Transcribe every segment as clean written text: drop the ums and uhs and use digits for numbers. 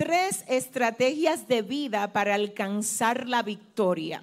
3 estrategias de vida para alcanzar la victoria.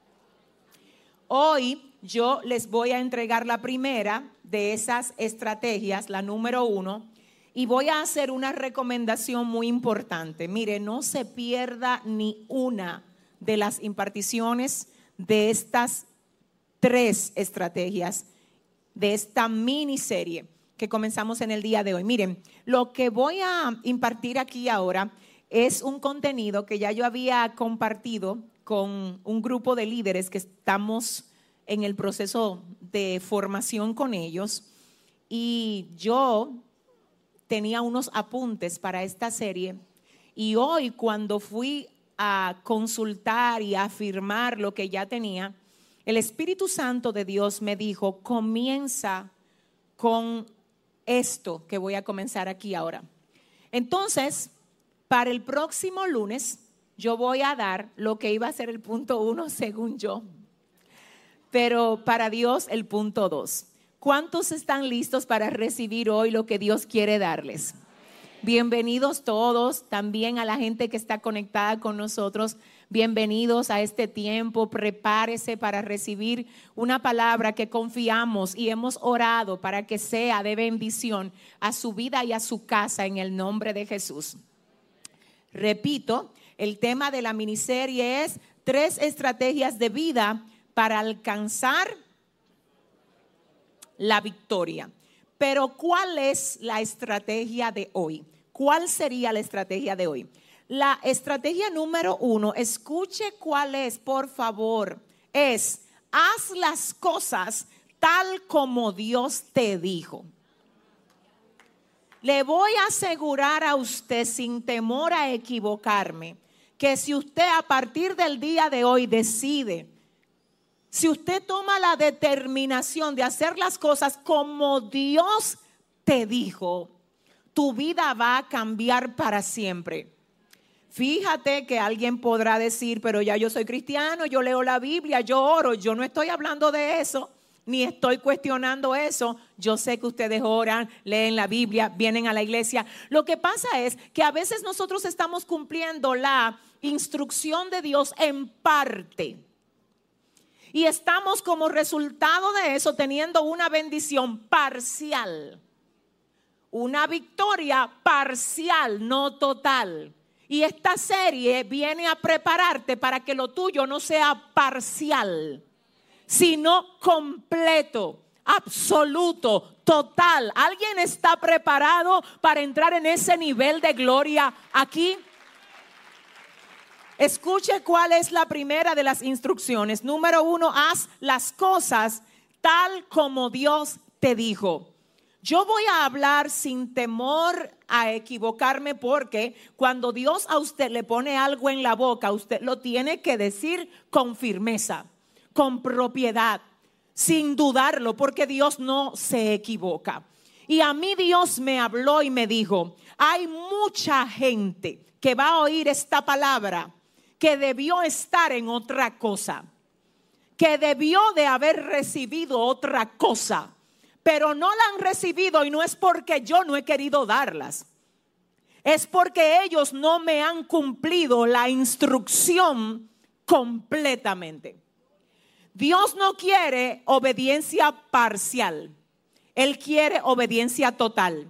Hoy yo les voy a entregar la primera de esas estrategias, la número 1, y voy a hacer una recomendación muy importante. Mire, no se pierda ni una de las imparticiones de estas 3 estrategias, de esta miniserie que comenzamos en el día de hoy. Miren, lo que voy a impartir aquí ahora es un contenido que ya yo había compartido con un grupo de líderes que estamos en el proceso de formación con ellos, y yo tenía unos apuntes para esta serie, y hoy cuando fui a consultar y a afirmar lo que ya tenía, el Espíritu Santo de Dios me dijo: comienza con esto que voy a comenzar aquí ahora. Entonces, para el próximo lunes yo voy a dar lo que iba a ser el punto 1 según yo, pero para Dios el punto 2. ¿Cuántos están listos para recibir hoy lo que Dios quiere darles? Bienvenidos todos, también a la gente que está conectada con nosotros. Bienvenidos a este tiempo. Prepárese para recibir una palabra que confiamos y hemos orado para que sea de bendición a su vida y a su casa en el nombre de Jesús. Repito, el tema de la miniserie es 3 estrategias de vida para alcanzar la victoria. Pero ¿cuál es la estrategia de hoy? ¿Cuál sería la estrategia de hoy? La estrategia número 1, escuche cuál es, por favor, es: haz las cosas tal como Dios te dijo. Le voy a asegurar a usted, sin temor a equivocarme, que si usted a partir del día de hoy decide, si usted toma la determinación de hacer las cosas como Dios te dijo, tu vida va a cambiar para siempre. Fíjate que alguien podrá decir: pero ya yo soy cristiano, yo leo la Biblia, yo oro. Yo no estoy hablando de eso, ni estoy cuestionando eso. Yo sé que ustedes oran, leen la Biblia, vienen a la iglesia. Lo que pasa es que a veces nosotros estamos cumpliendo la instrucción de Dios en parte, y estamos como resultado de eso teniendo una bendición parcial, una victoria parcial, no total. Y esta serie viene a prepararte para que lo tuyo no sea parcial, sino completo, absoluto, total. ¿Alguien está preparado para entrar en ese nivel de gloria aquí? Escuche cuál es la primera de las instrucciones. Número 1, haz las cosas tal como Dios te dijo. Yo voy a hablar sin temor a equivocarme, porque cuando Dios a usted le pone algo en la boca, usted lo tiene que decir con firmeza, con propiedad, sin dudarlo, porque Dios no se equivoca. Y a mí Dios me habló y me dijo: hay mucha gente que va a oír esta palabra que debió estar en otra cosa, que debió de haber recibido otra cosa, pero no la han recibido, y no es porque yo no he querido darlas, es porque ellos no me han cumplido la instrucción completamente. Dios no quiere obediencia parcial, Él quiere obediencia total.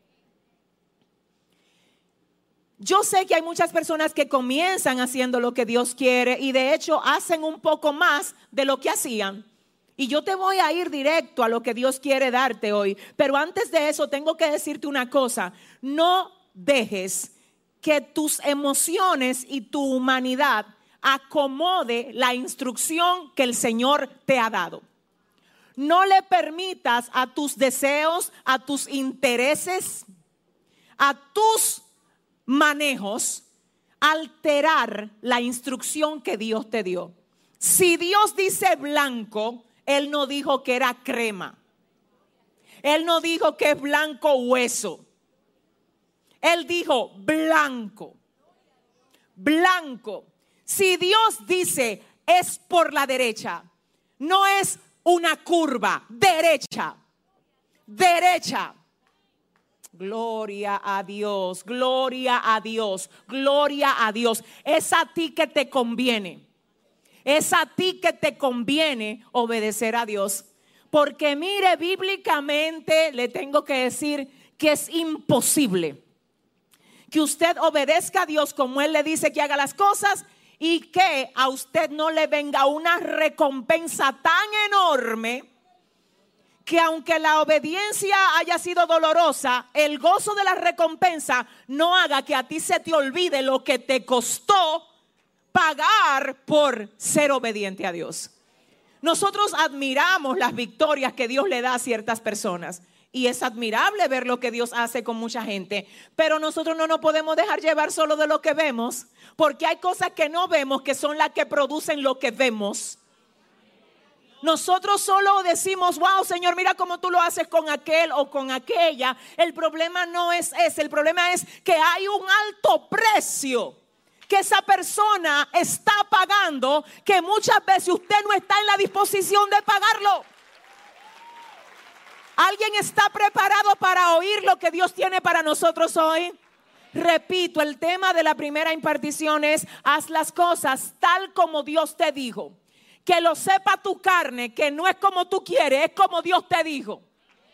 Yo sé que hay muchas personas que comienzan haciendo lo que Dios quiere y de hecho hacen un poco más de lo que hacían. Y yo te voy a ir directo a lo que Dios quiere darte hoy. Pero antes de eso tengo que decirte una cosa: no dejes que tus emociones y tu humanidad acomode la instrucción que el Señor te ha dado. No le permitas a tus deseos, a tus intereses, a tus manejos alterar la instrucción que Dios te dio. Si Dios dice blanco, Él no dijo que era crema. Él no dijo que es blanco hueso. Él dijo blanco. Blanco. Si Dios dice es por la derecha, no es una curva, derecha. Derecha. Gloria a Dios, gloria a Dios, gloria a Dios. Es a ti que te conviene. Es a ti que te conviene obedecer a Dios. Porque mire, bíblicamente le tengo que decir que es imposible que usted obedezca a Dios como Él le dice que haga las cosas y que a usted no le venga una recompensa tan enorme que aunque la obediencia haya sido dolorosa, el gozo de la recompensa no haga que a ti se te olvide lo que te costó pagar por ser obediente a Dios. Nosotros admiramos las victorias que Dios le da a ciertas personas. Y es admirable ver lo que Dios hace con mucha gente. Pero nosotros no nos podemos dejar llevar solo de lo que vemos. Porque hay cosas que no vemos que son las que producen lo que vemos. Nosotros solo decimos, wow, Señor, mira cómo tú lo haces con aquel o con aquella. El problema no es ese. El problema es que hay un alto precio que esa persona está pagando, que muchas veces usted no está en la disposición de pagarlo. ¿Alguien está preparado para oír lo que Dios tiene para nosotros hoy? Repito, el tema de la primera impartición es: haz las cosas tal como Dios te dijo. Que lo sepa tu carne, que no es como tú quieres, es como Dios te dijo.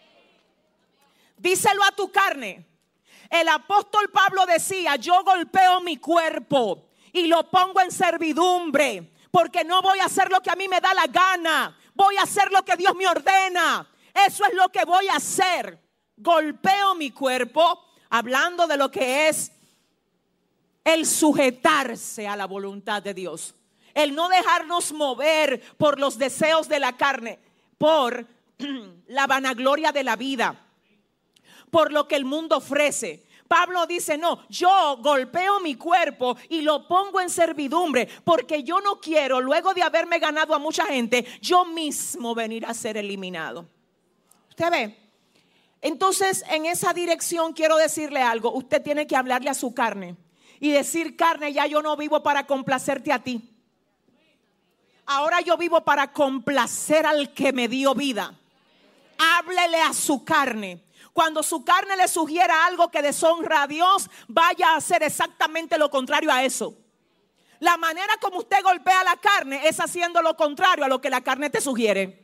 Díselo a tu carne. El apóstol Pablo decía: yo golpeo mi cuerpo y lo pongo en servidumbre, porque no voy a hacer lo que a mí me da la gana, voy a hacer lo que Dios me ordena. Eso es lo que voy a hacer. Golpeo mi cuerpo, hablando de lo que es el sujetarse a la voluntad de Dios. El no dejarnos mover por los deseos de la carne, por la vanagloria de la vida, por lo que el mundo ofrece. Pablo dice: no, yo golpeo mi cuerpo y lo pongo en servidumbre, porque yo no quiero, luego de haberme ganado a mucha gente, yo mismo venir a ser eliminado. ¿Usted ve? Entonces, en esa dirección quiero decirle algo. Usted tiene que hablarle a su carne y decir: carne, ya yo no vivo para complacerte a ti. Ahora yo vivo para complacer al que me dio vida. Háblele a su carne. Cuando su carne le sugiera algo que deshonra a Dios, vaya a hacer exactamente lo contrario a eso. La manera como usted golpea la carne es haciendo lo contrario a lo que la carne te sugiere.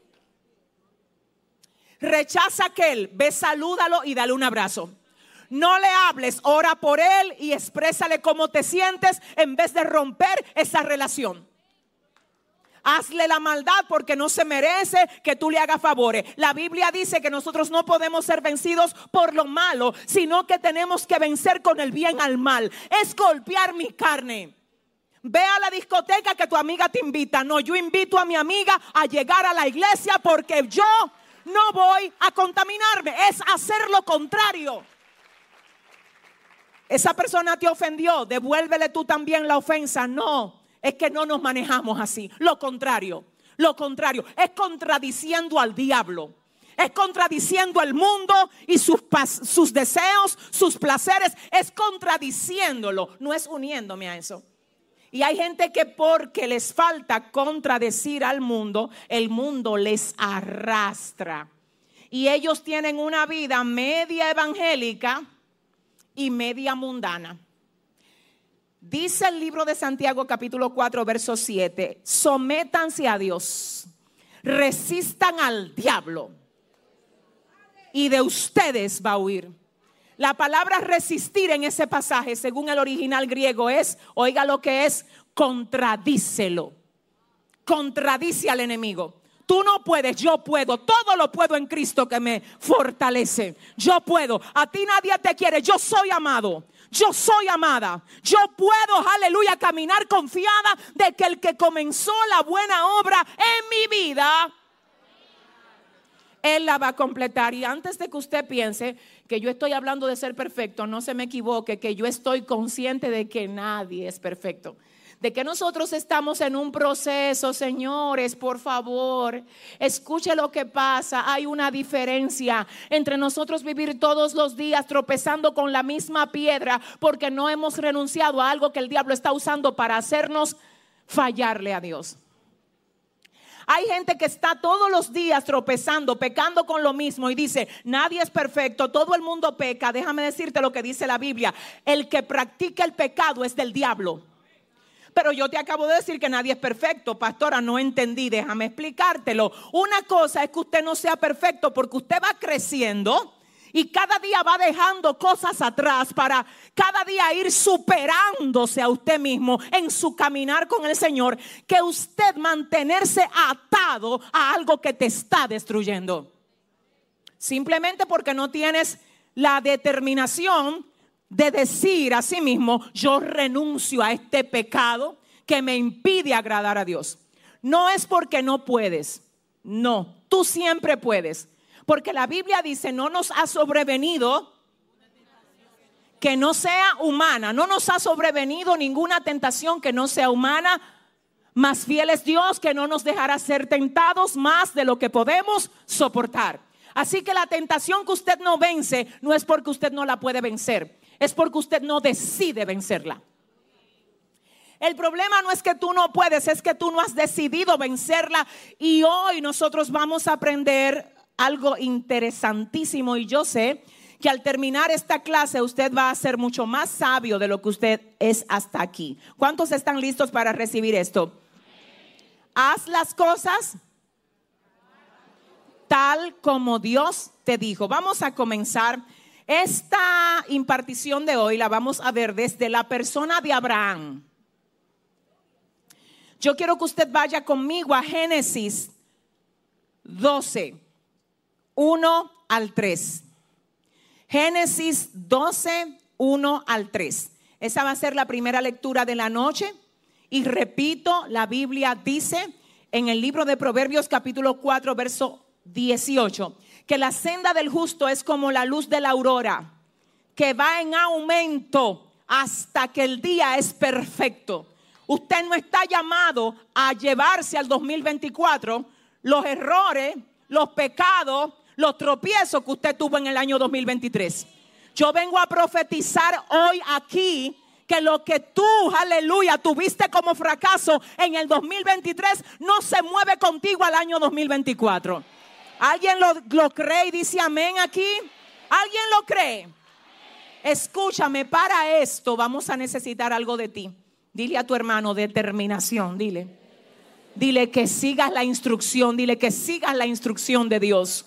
Rechaza a aquel, ve, salúdalo y dale un abrazo. No le hables, ora por él y exprésale cómo te sientes en vez de romper esa relación. Hazle la maldad porque no se merece que tú le hagas favores. La Biblia dice que nosotros no podemos ser vencidos por lo malo, sino que tenemos que vencer con el bien al mal. Es golpear mi carne. Ve a la discoteca que tu amiga te invita. No, yo invito a mi amiga a llegar a la iglesia porque yo no voy a contaminarme. Es hacer lo contrario. Esa persona te ofendió, devuélvele tú también la ofensa. No, es que no nos manejamos así. Lo contrario, es contradiciendo al diablo. Es contradiciendo al mundo y sus deseos, sus placeres. Es contradiciéndolo, no es uniéndome a eso. Y hay gente que porque les falta contradecir al mundo, el mundo les arrastra. Y ellos tienen una vida media evangélica y media mundana. Dice el libro de Santiago capítulo 4 verso 7: sométanse a Dios, resistan al diablo y de ustedes va a huir. La palabra resistir en ese pasaje, según el original griego, es, oiga lo que es, contradícelo. Contradice al enemigo. Tú no puedes, yo puedo. Todo lo puedo en Cristo que me fortalece. Yo puedo. A ti nadie te quiere. Yo soy amado. Yo soy amada. Yo puedo, aleluya, caminar confiada de que el que comenzó la buena obra en mi vida, Él la va a completar. Y antes de que usted piense que yo estoy hablando de ser perfecto, no se me equivoque, que yo estoy consciente de que nadie es perfecto. De que nosotros estamos en un proceso, señores, por favor, escuche lo que pasa. Hay una diferencia entre nosotros vivir todos los días tropezando con la misma piedra porque no hemos renunciado a algo que el diablo está usando para hacernos fallarle a Dios. Hay gente que está todos los días tropezando, pecando con lo mismo y dice, nadie es perfecto, todo el mundo peca. Déjame decirte lo que dice la Biblia. El que practica el pecado es del diablo. Pero yo te acabo de decir que nadie es perfecto. Pastora, no entendí, déjame explicártelo. Una cosa es que usted no sea perfecto porque usted va creciendo y cada día va dejando cosas atrás para cada día ir superándose a usted mismo en su caminar con el Señor, que usted mantenerse atado a algo que te está destruyendo. Simplemente porque no tienes la determinación de decir a sí mismo, yo renuncio a este pecado que me impide agradar a Dios. No es porque no puedes, no, tú siempre puedes. Porque la Biblia dice, no nos ha sobrevenido que no sea humana. No nos ha sobrevenido ninguna tentación que no sea humana. Más fiel es Dios, que no nos dejará ser tentados más de lo que podemos soportar. Así que la tentación que usted no vence no es porque usted no la puede vencer. Es porque usted no decide vencerla. El problema no es que tú no puedes, es que tú no has decidido vencerla. Y hoy nosotros vamos a aprender algo interesantísimo, y yo sé que al terminar esta clase usted va a ser mucho más sabio de lo que usted es hasta aquí. ¿Cuántos están listos para recibir esto? Haz las cosas tal como Dios te dijo. Vamos a comenzar esta impartición de hoy, la vamos a ver desde la persona de Abraham. Yo quiero que usted vaya conmigo a Génesis 12. 1 al 3. Génesis 12, 1 al 3. Esa va a ser la primera lectura de la noche. Y repito, la Biblia dice en el libro de Proverbios capítulo 4 verso 18, que la senda del justo es como la luz de la aurora, que va en aumento hasta que el día es perfecto. Usted no está llamado a llevarse al 2024 los errores, los pecados, los tropiezos que usted tuvo en el año 2023. Yo vengo a profetizar hoy aquí que lo que tú, aleluya, tuviste como fracaso en el 2023 no se mueve contigo al año 2024. ¿Alguien lo cree y dice amén aquí? ¿Alguien lo cree? Escúchame, para esto vamos a necesitar algo de ti. Dile a tu hermano, determinación, dile que sigas la instrucción, dile que sigas la instrucción de Dios.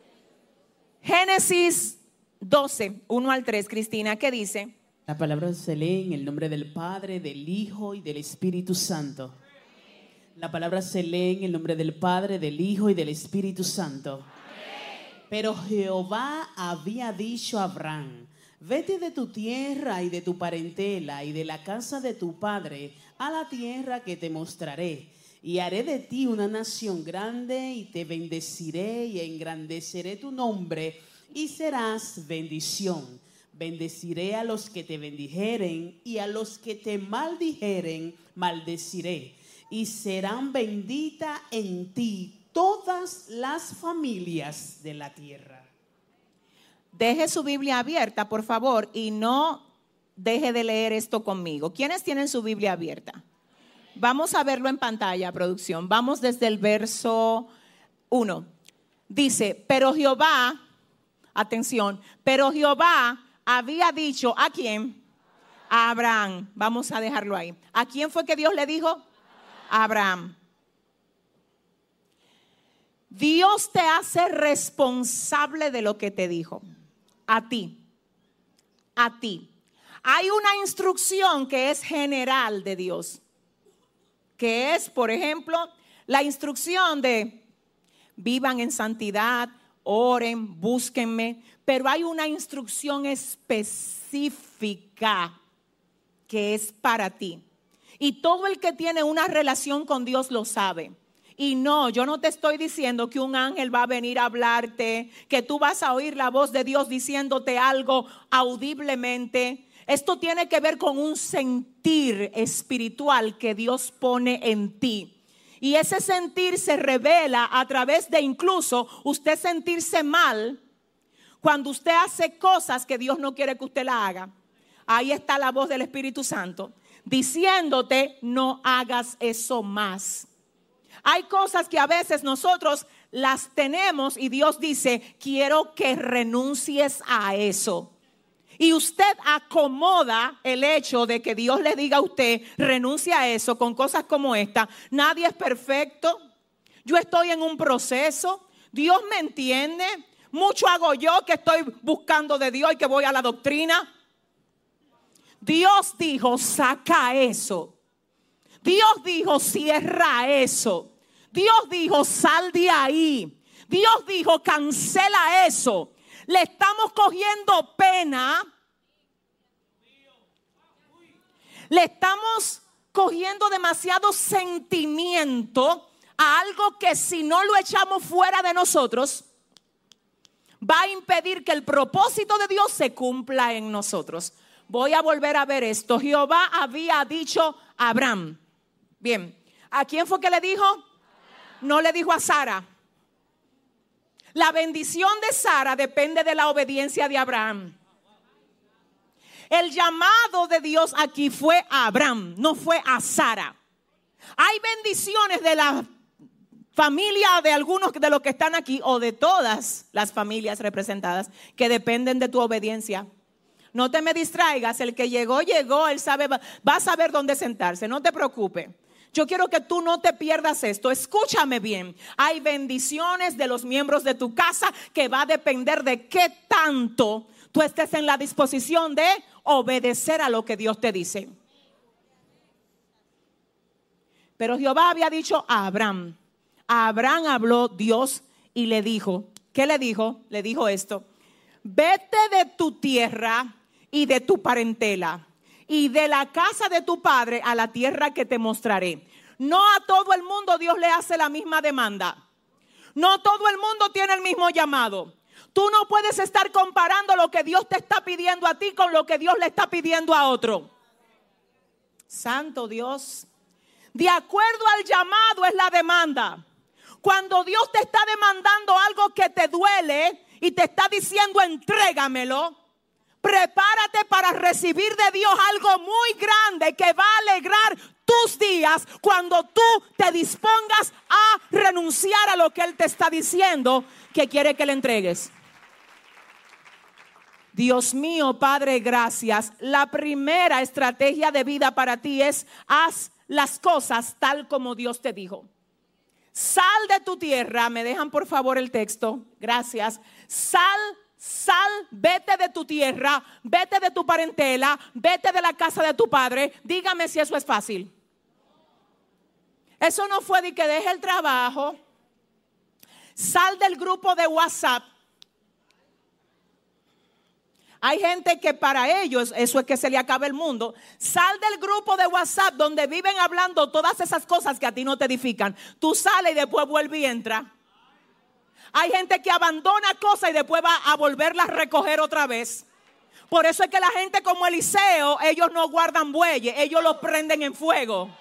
Génesis 12, 1 al 3, Cristina, ¿qué dice? La palabra se lee en el nombre del Padre, del Hijo y del Espíritu Santo. La palabra se lee en el nombre del Padre, del Hijo y del Espíritu Santo. Pero Jehová había dicho a Abraham, vete de tu tierra y de tu parentela y de la casa de tu padre a la tierra que te mostraré. Y haré de ti una nación grande y te bendeciré y engrandeceré tu nombre y serás bendición. Bendeciré a los que te bendijeren y a los que te maldijeren maldeciré. Y serán benditas en ti todas las familias de la tierra. Deje su Biblia abierta, por favor, y no deje de leer esto conmigo. ¿Quiénes tienen su Biblia abierta? Vamos a verlo en pantalla, producción. Vamos desde el verso 1. Dice, pero Jehová, atención, pero Jehová había dicho, ¿a quién? A Abraham. Vamos a dejarlo ahí. ¿A quién fue que Dios le dijo? A Abraham. Dios te hace responsable de lo que te dijo. A ti. A ti. Hay una instrucción que es general de Dios, que es, por ejemplo, la instrucción de vivan en santidad, oren, búsquenme, pero hay una instrucción específica que es para ti. Y todo el que tiene una relación con Dios lo sabe. Y no, yo no te estoy diciendo que un ángel va a venir a hablarte, que tú vas a oír la voz de Dios diciéndote algo audiblemente. Esto tiene que ver con un sentir espiritual que Dios pone en ti. Y ese sentir se revela a través de incluso usted sentirse mal cuando usted hace cosas que Dios no quiere que usted la haga. Ahí está la voz del Espíritu Santo diciéndote no hagas eso más. Hay cosas que a veces nosotros las tenemos y Dios dice, quiero que renuncies a eso. Y usted acomoda el hecho de que Dios le diga a usted, renuncia a eso con cosas como esta. Nadie es perfecto. Yo estoy en un proceso. Dios me entiende. Mucho hago yo que estoy buscando de Dios y que voy a la doctrina. Dios dijo, saca eso. Dios dijo, cierra eso. Dios dijo, sal de ahí. Dios dijo, cancela eso. Le estamos cogiendo pena. Le estamos cogiendo demasiado sentimiento a algo que si no lo echamos fuera de nosotros, va a impedir que el propósito de Dios se cumpla en nosotros. Voy a volver a ver esto. Jehová había dicho a Abraham. Bien, ¿a quién fue que le dijo? No le dijo a Sara. La bendición de Sara depende de la obediencia de Abraham. El llamado de Dios aquí fue a Abraham, no fue a Sara. Hay bendiciones de la familia de algunos de los que están aquí o de todas las familias representadas que dependen de tu obediencia. No te me distraigas, el que llegó, él sabe, va a saber dónde sentarse, no te preocupes. Yo quiero que tú no te pierdas esto. Escúchame bien. Hay bendiciones de los miembros de tu casa que va a depender de qué tanto tú estés en la disposición de obedecer a lo que Dios te dice. Pero Jehová había dicho a Abraham. A Abraham habló Dios y le dijo, ¿qué le dijo? Le dijo esto: vete de tu tierra y de tu parentela y de la casa de tu padre a la tierra que te mostraré. No a todo el mundo Dios le hace la misma demanda. No todo el mundo tiene el mismo llamado. Tú no puedes estar comparando lo que Dios te está pidiendo a ti con lo que Dios le está pidiendo a otro. Santo Dios. De acuerdo al llamado es la demanda. Cuando Dios te está demandando algo que te duele y te está diciendo entrégamelo, prepárate para recibir de Dios algo muy grande que va a alegrar tus días cuando tú te dispongas a renunciar a lo que Él te está diciendo que quiere que le entregues. Dios mío, Padre, gracias. La primera estrategia de vida para ti es: haz las cosas tal como Dios te dijo. Sal de tu tierra. ¿Me dejan por favor el texto? Gracias. Sal, vete de tu tierra, vete de tu parentela, vete de la casa de tu padre. Dígame si eso es fácil. Eso no fue de que deje el trabajo. Sal del grupo de WhatsApp. Hay gente que para ellos eso es que se le acaba el mundo. Sal del grupo de WhatsApp donde viven hablando todas esas cosas que a ti no te edifican. Tú sales y después vuelve y entra. Hay gente que abandona cosas y después va a volverlas a recoger otra vez. Por eso es que la gente como Eliseo, ellos no guardan bueyes, ellos los prenden en fuego.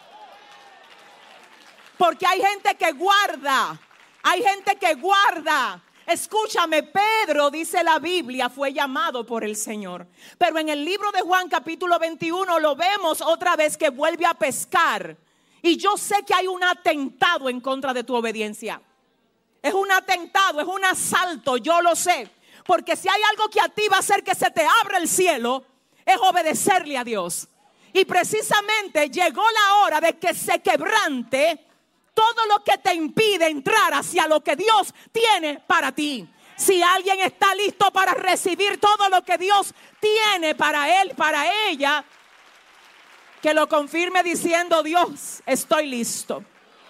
Porque hay gente que guarda. Hay gente que guarda. Escúchame, Pedro, dice la Biblia, fue llamado por el Señor. Pero en el libro de Juan capítulo 21 lo vemos otra vez que vuelve a pescar. Y yo sé que hay un atentado en contra de tu obediencia. Es un atentado, es un asalto, yo lo sé. Porque si hay algo que a ti va a hacer que se te abra el cielo, es obedecerle a Dios. Y precisamente llegó la hora de que se quebrante todo lo que te impide entrar hacia lo que Dios tiene para ti. Si alguien está listo para recibir todo lo que Dios tiene para él, para ella, que lo confirme diciendo: Dios, estoy listo.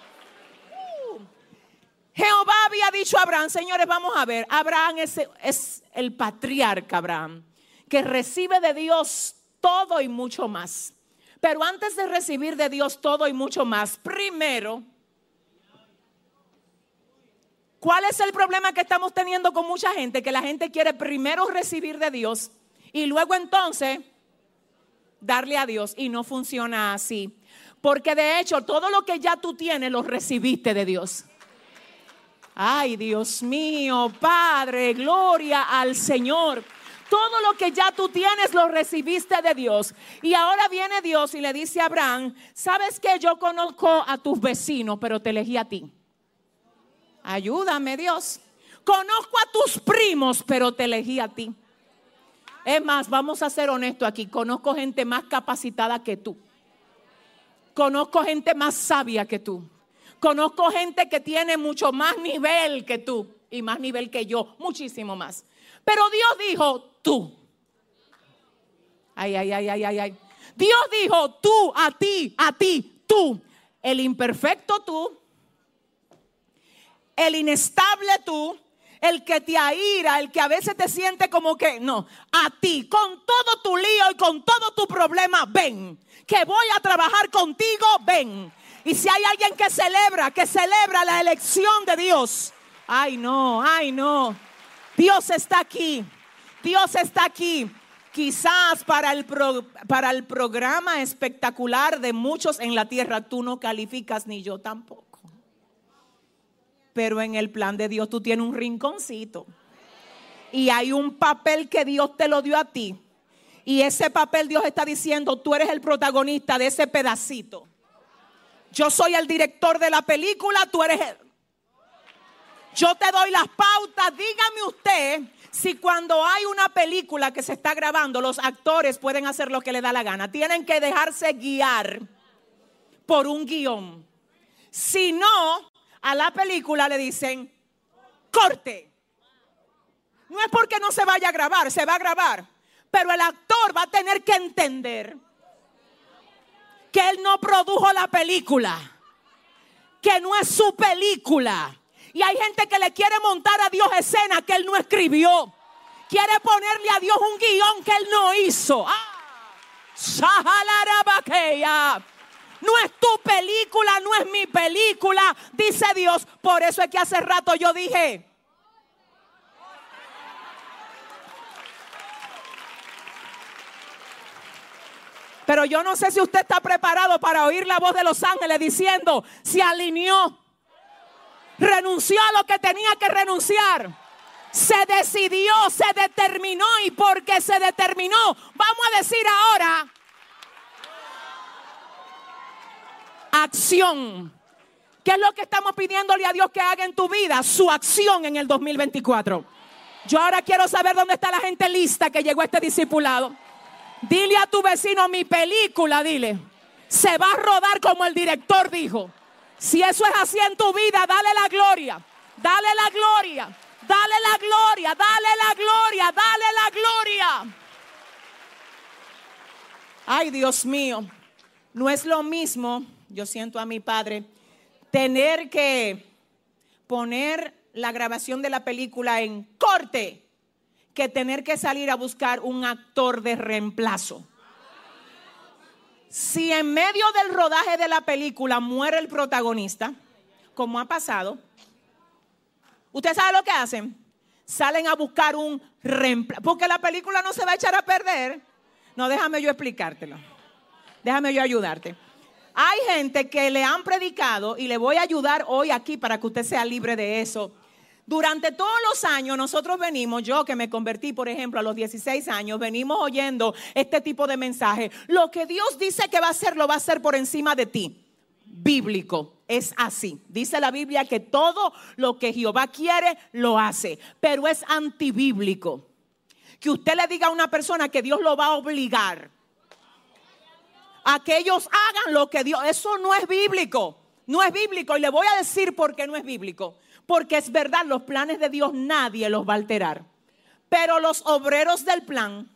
Jehová había dicho a Abraham, señores, vamos a ver, Abraham es el patriarca Abraham, que recibe de Dios todo y mucho más. Pero antes de recibir de Dios todo y mucho más, primero, ¿cuál es el problema que estamos teniendo con mucha gente? Que la gente quiere primero recibir de Dios y luego entonces darle a Dios, y no funciona así. Porque de hecho todo lo que ya tú tienes lo recibiste de Dios. Ay, Dios mío, Padre, gloria al Señor. Todo lo que ya tú tienes lo recibiste de Dios. Y ahora viene Dios y le dice a Abraham: ¿sabes qué? Yo conozco a tus vecinos, pero te elegí a ti. Ayúdame, Dios. Conozco a tus primos, pero te elegí a ti. Es más, vamos a ser honestos aquí. Conozco gente más capacitada que tú. Conozco gente más sabia que tú. Conozco gente que tiene mucho más nivel que tú y más nivel que yo, muchísimo más. Pero Dios dijo: tú. Ay. Dios dijo: tú, a ti, tú. El imperfecto tú. El inestable tú. El que te aira, el que a veces te siente como que no. A ti, con todo tu lío y con todo tu problema, ven. Que voy a trabajar contigo, ven. Y si hay alguien que celebra la elección de Dios. Ay no. Dios está aquí. Dios está aquí. Quizás para el programa espectacular de muchos en la tierra tú no calificas, ni yo tampoco. Pero en el plan de Dios tú tienes un rinconcito. Y hay un papel que Dios te lo dio a ti. Y ese papel Dios está diciendo: tú eres el protagonista de ese pedacito. Yo soy el director de la película, tú eres el... Yo te doy las pautas. Dígame usted si cuando hay una película que se está grabando, los actores pueden hacer lo que les da la gana. Tienen que dejarse guiar por un guión. Si no, a la película le dicen: corte. No es porque no se vaya a grabar, se va a grabar. Pero el actor va a tener que entender que él no produjo la película, que no es su película. Y hay gente que le quiere montar a Dios escena que él no escribió. Quiere ponerle a Dios un guión que él no hizo. No es tu película, no es mi película, dice Dios. Por eso es que hace rato yo dije: pero yo no sé si usted está preparado para oír la voz de los ángeles diciendo: se alineó, renunció a lo que tenía que renunciar, se decidió, se determinó. Y porque se determinó, vamos a decir ahora: acción. ¿Qué es lo que estamos pidiéndole a Dios que haga en tu vida? Su acción en el 2024. Yo ahora quiero saber dónde está la gente lista que llegó a este discipulado. Dile a tu vecino: mi película, dile, se va a rodar como el director dijo. Si eso es así en tu vida, dale la gloria, dale la gloria, dale la gloria, dale la gloria, dale la gloria. Ay, Dios mío, no es lo mismo, yo siento a mi padre, tener que poner la grabación de la película en corte, que tener que salir a buscar un actor de reemplazo. Si en medio del rodaje de la película muere el protagonista, como ha pasado, ¿usted sabe lo que hacen? Salen a buscar un reemplazo, porque la película no se va a echar a perder. No, déjame yo explicártelo. Déjame yo ayudarte. Hay gente que le han predicado, y le voy a ayudar hoy aquí para que usted sea libre de eso. Durante todos los años nosotros venimos, yo que me convertí por ejemplo a los 16 años, venimos oyendo este tipo de mensaje. Lo que Dios dice que va a hacer, lo va a hacer por encima de ti. Bíblico, es así. Dice la Biblia que todo lo que Jehová quiere, lo hace. Pero es antibíblico que usted le diga a una persona que Dios lo va a obligar a que ellos hagan lo que Dios. Eso no es bíblico. No es bíblico, y le voy a decir por qué no es bíblico. Porque es verdad, los planes de Dios nadie los va a alterar. Pero los obreros del plan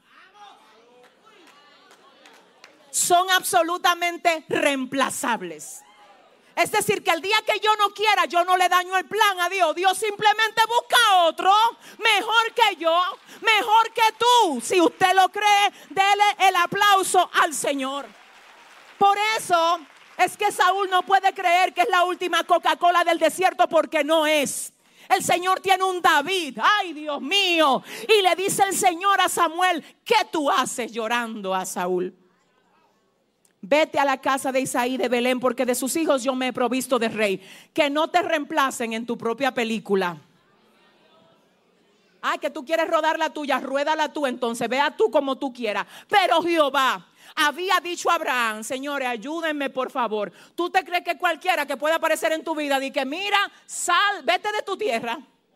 son absolutamente reemplazables. Es decir, que el día que yo no quiera, yo no le daño el plan a Dios. Dios simplemente busca a otro mejor que yo, mejor que tú. Si usted lo cree, dele el aplauso al Señor. Por eso es que Saúl no puede creer que es la última Coca-Cola del desierto, porque no es. El Señor tiene un David, ay Dios mío. Y le dice el Señor a Samuel: ¿qué tú haces llorando a Saúl? Vete a la casa de Isaí de Belén, porque de sus hijos yo me he provisto de rey. Que no te reemplacen en tu propia película. Ay, que tú quieres rodar la tuya, ruédala tú entonces, vea tú como tú quieras. Pero Jehová había dicho a Abraham, señores, ayúdenme por favor. ¿Tú te crees que cualquiera que pueda aparecer en tu vida dice, mira, sal, vete de tu tierra,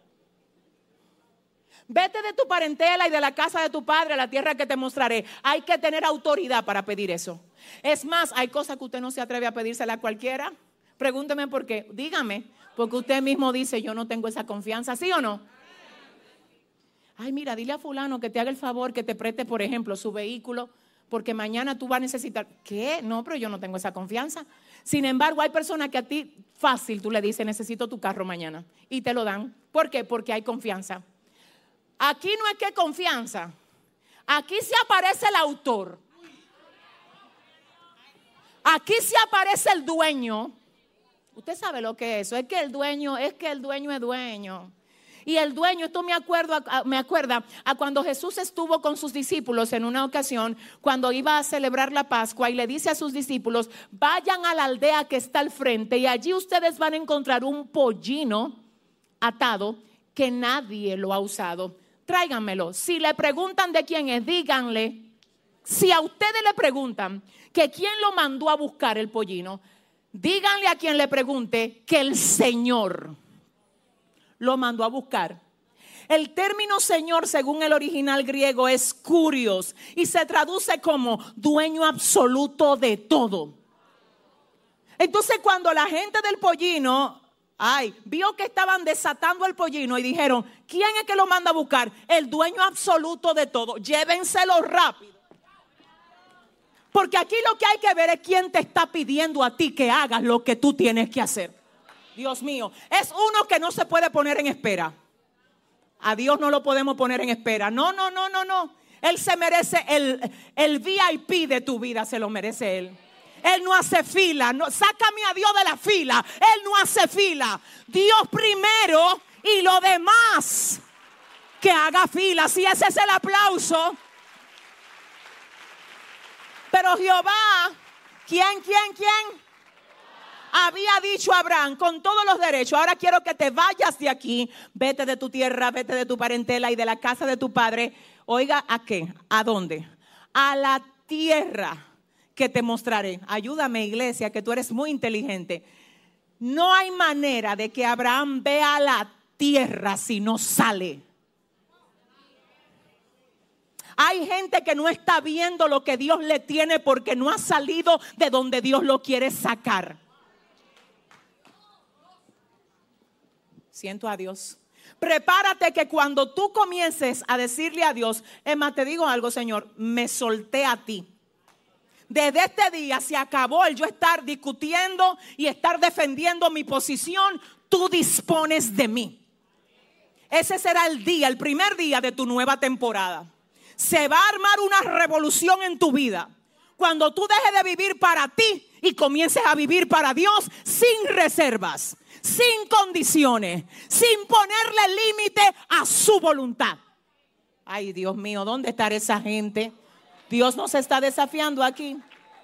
vete de tu parentela y de la casa de tu padre a la tierra que te mostraré? Hay que tener autoridad para pedir eso. Es más, hay cosas que usted no se atreve a pedírsela a cualquiera. Pregúnteme por qué, dígame, porque usted mismo dice, yo no tengo esa confianza, ¿sí o no? Ay, mira, dile a fulano que te haga el favor, que te preste, por ejemplo, su vehículo, porque mañana tú vas a necesitar. ¿Qué? No, pero yo no tengo esa confianza. Sin embargo, hay personas que a ti fácil tú le dices, necesito tu carro mañana, y te lo dan. ¿Por qué? Porque hay confianza. Aquí no es que confianza, aquí se aparece el autor. Aquí se aparece el dueño. Usted sabe lo que es eso, es que el dueño es dueño. Y el dueño, esto me acuerda a cuando Jesús estuvo con sus discípulos en una ocasión, cuando iba a celebrar la Pascua, y le dice a sus discípulos, vayan a la aldea que está al frente y allí ustedes van a encontrar un pollino atado que nadie lo ha usado. Tráiganmelo. Si le preguntan de quién es, díganle. Si a ustedes le preguntan que quién lo mandó a buscar el pollino, díganle a quien le pregunte que el Señor lo mandó a buscar. El término Señor, según el original griego, es kurios y se traduce como dueño absoluto de todo. Entonces, cuando la gente del pollino vio que estaban desatando el pollino y dijeron, ¿quién es que lo manda a buscar? El dueño absoluto de todo. Llévenselo rápido. Porque aquí lo que hay que ver es quién te está pidiendo a ti que hagas lo que tú tienes que hacer. Dios mío, es uno que no se puede poner en espera. A Dios no lo podemos poner en espera. No. Él se merece el VIP de tu vida, se lo merece Él. Él no hace fila. No, sácame a Dios de la fila. Él no hace fila. Dios primero y lo demás que haga fila. Si ese es el aplauso. Pero Jehová, ¿quién? Había dicho a Abraham con todos los derechos, ahora quiero que te vayas de aquí, vete de tu tierra, vete de tu parentela y de la casa de tu padre. Oiga, ¿a qué? ¿A dónde? A la tierra que te mostraré. Ayúdame, iglesia, que tú eres muy inteligente. No hay manera de que Abraham vea la tierra si no sale. Hay gente que no está viendo lo que Dios le tiene porque no ha salido de donde Dios lo quiere sacar. Siento a Dios. Prepárate que cuando tú comiences a decirle a Dios, Emma, te digo algo, Señor, me solté a ti. Desde este día se acabó el yo estar discutiendo y estar defendiendo mi posición. Tú dispones de mí. Ese será el día, el primer día de tu nueva temporada. Se va a armar una revolución en tu vida cuando tú dejes de vivir para ti y comiences a vivir para Dios sin reservas, sin condiciones, sin ponerle límite a su voluntad. Ay, Dios mío, ¿dónde está esa gente? Dios nos está desafiando aquí.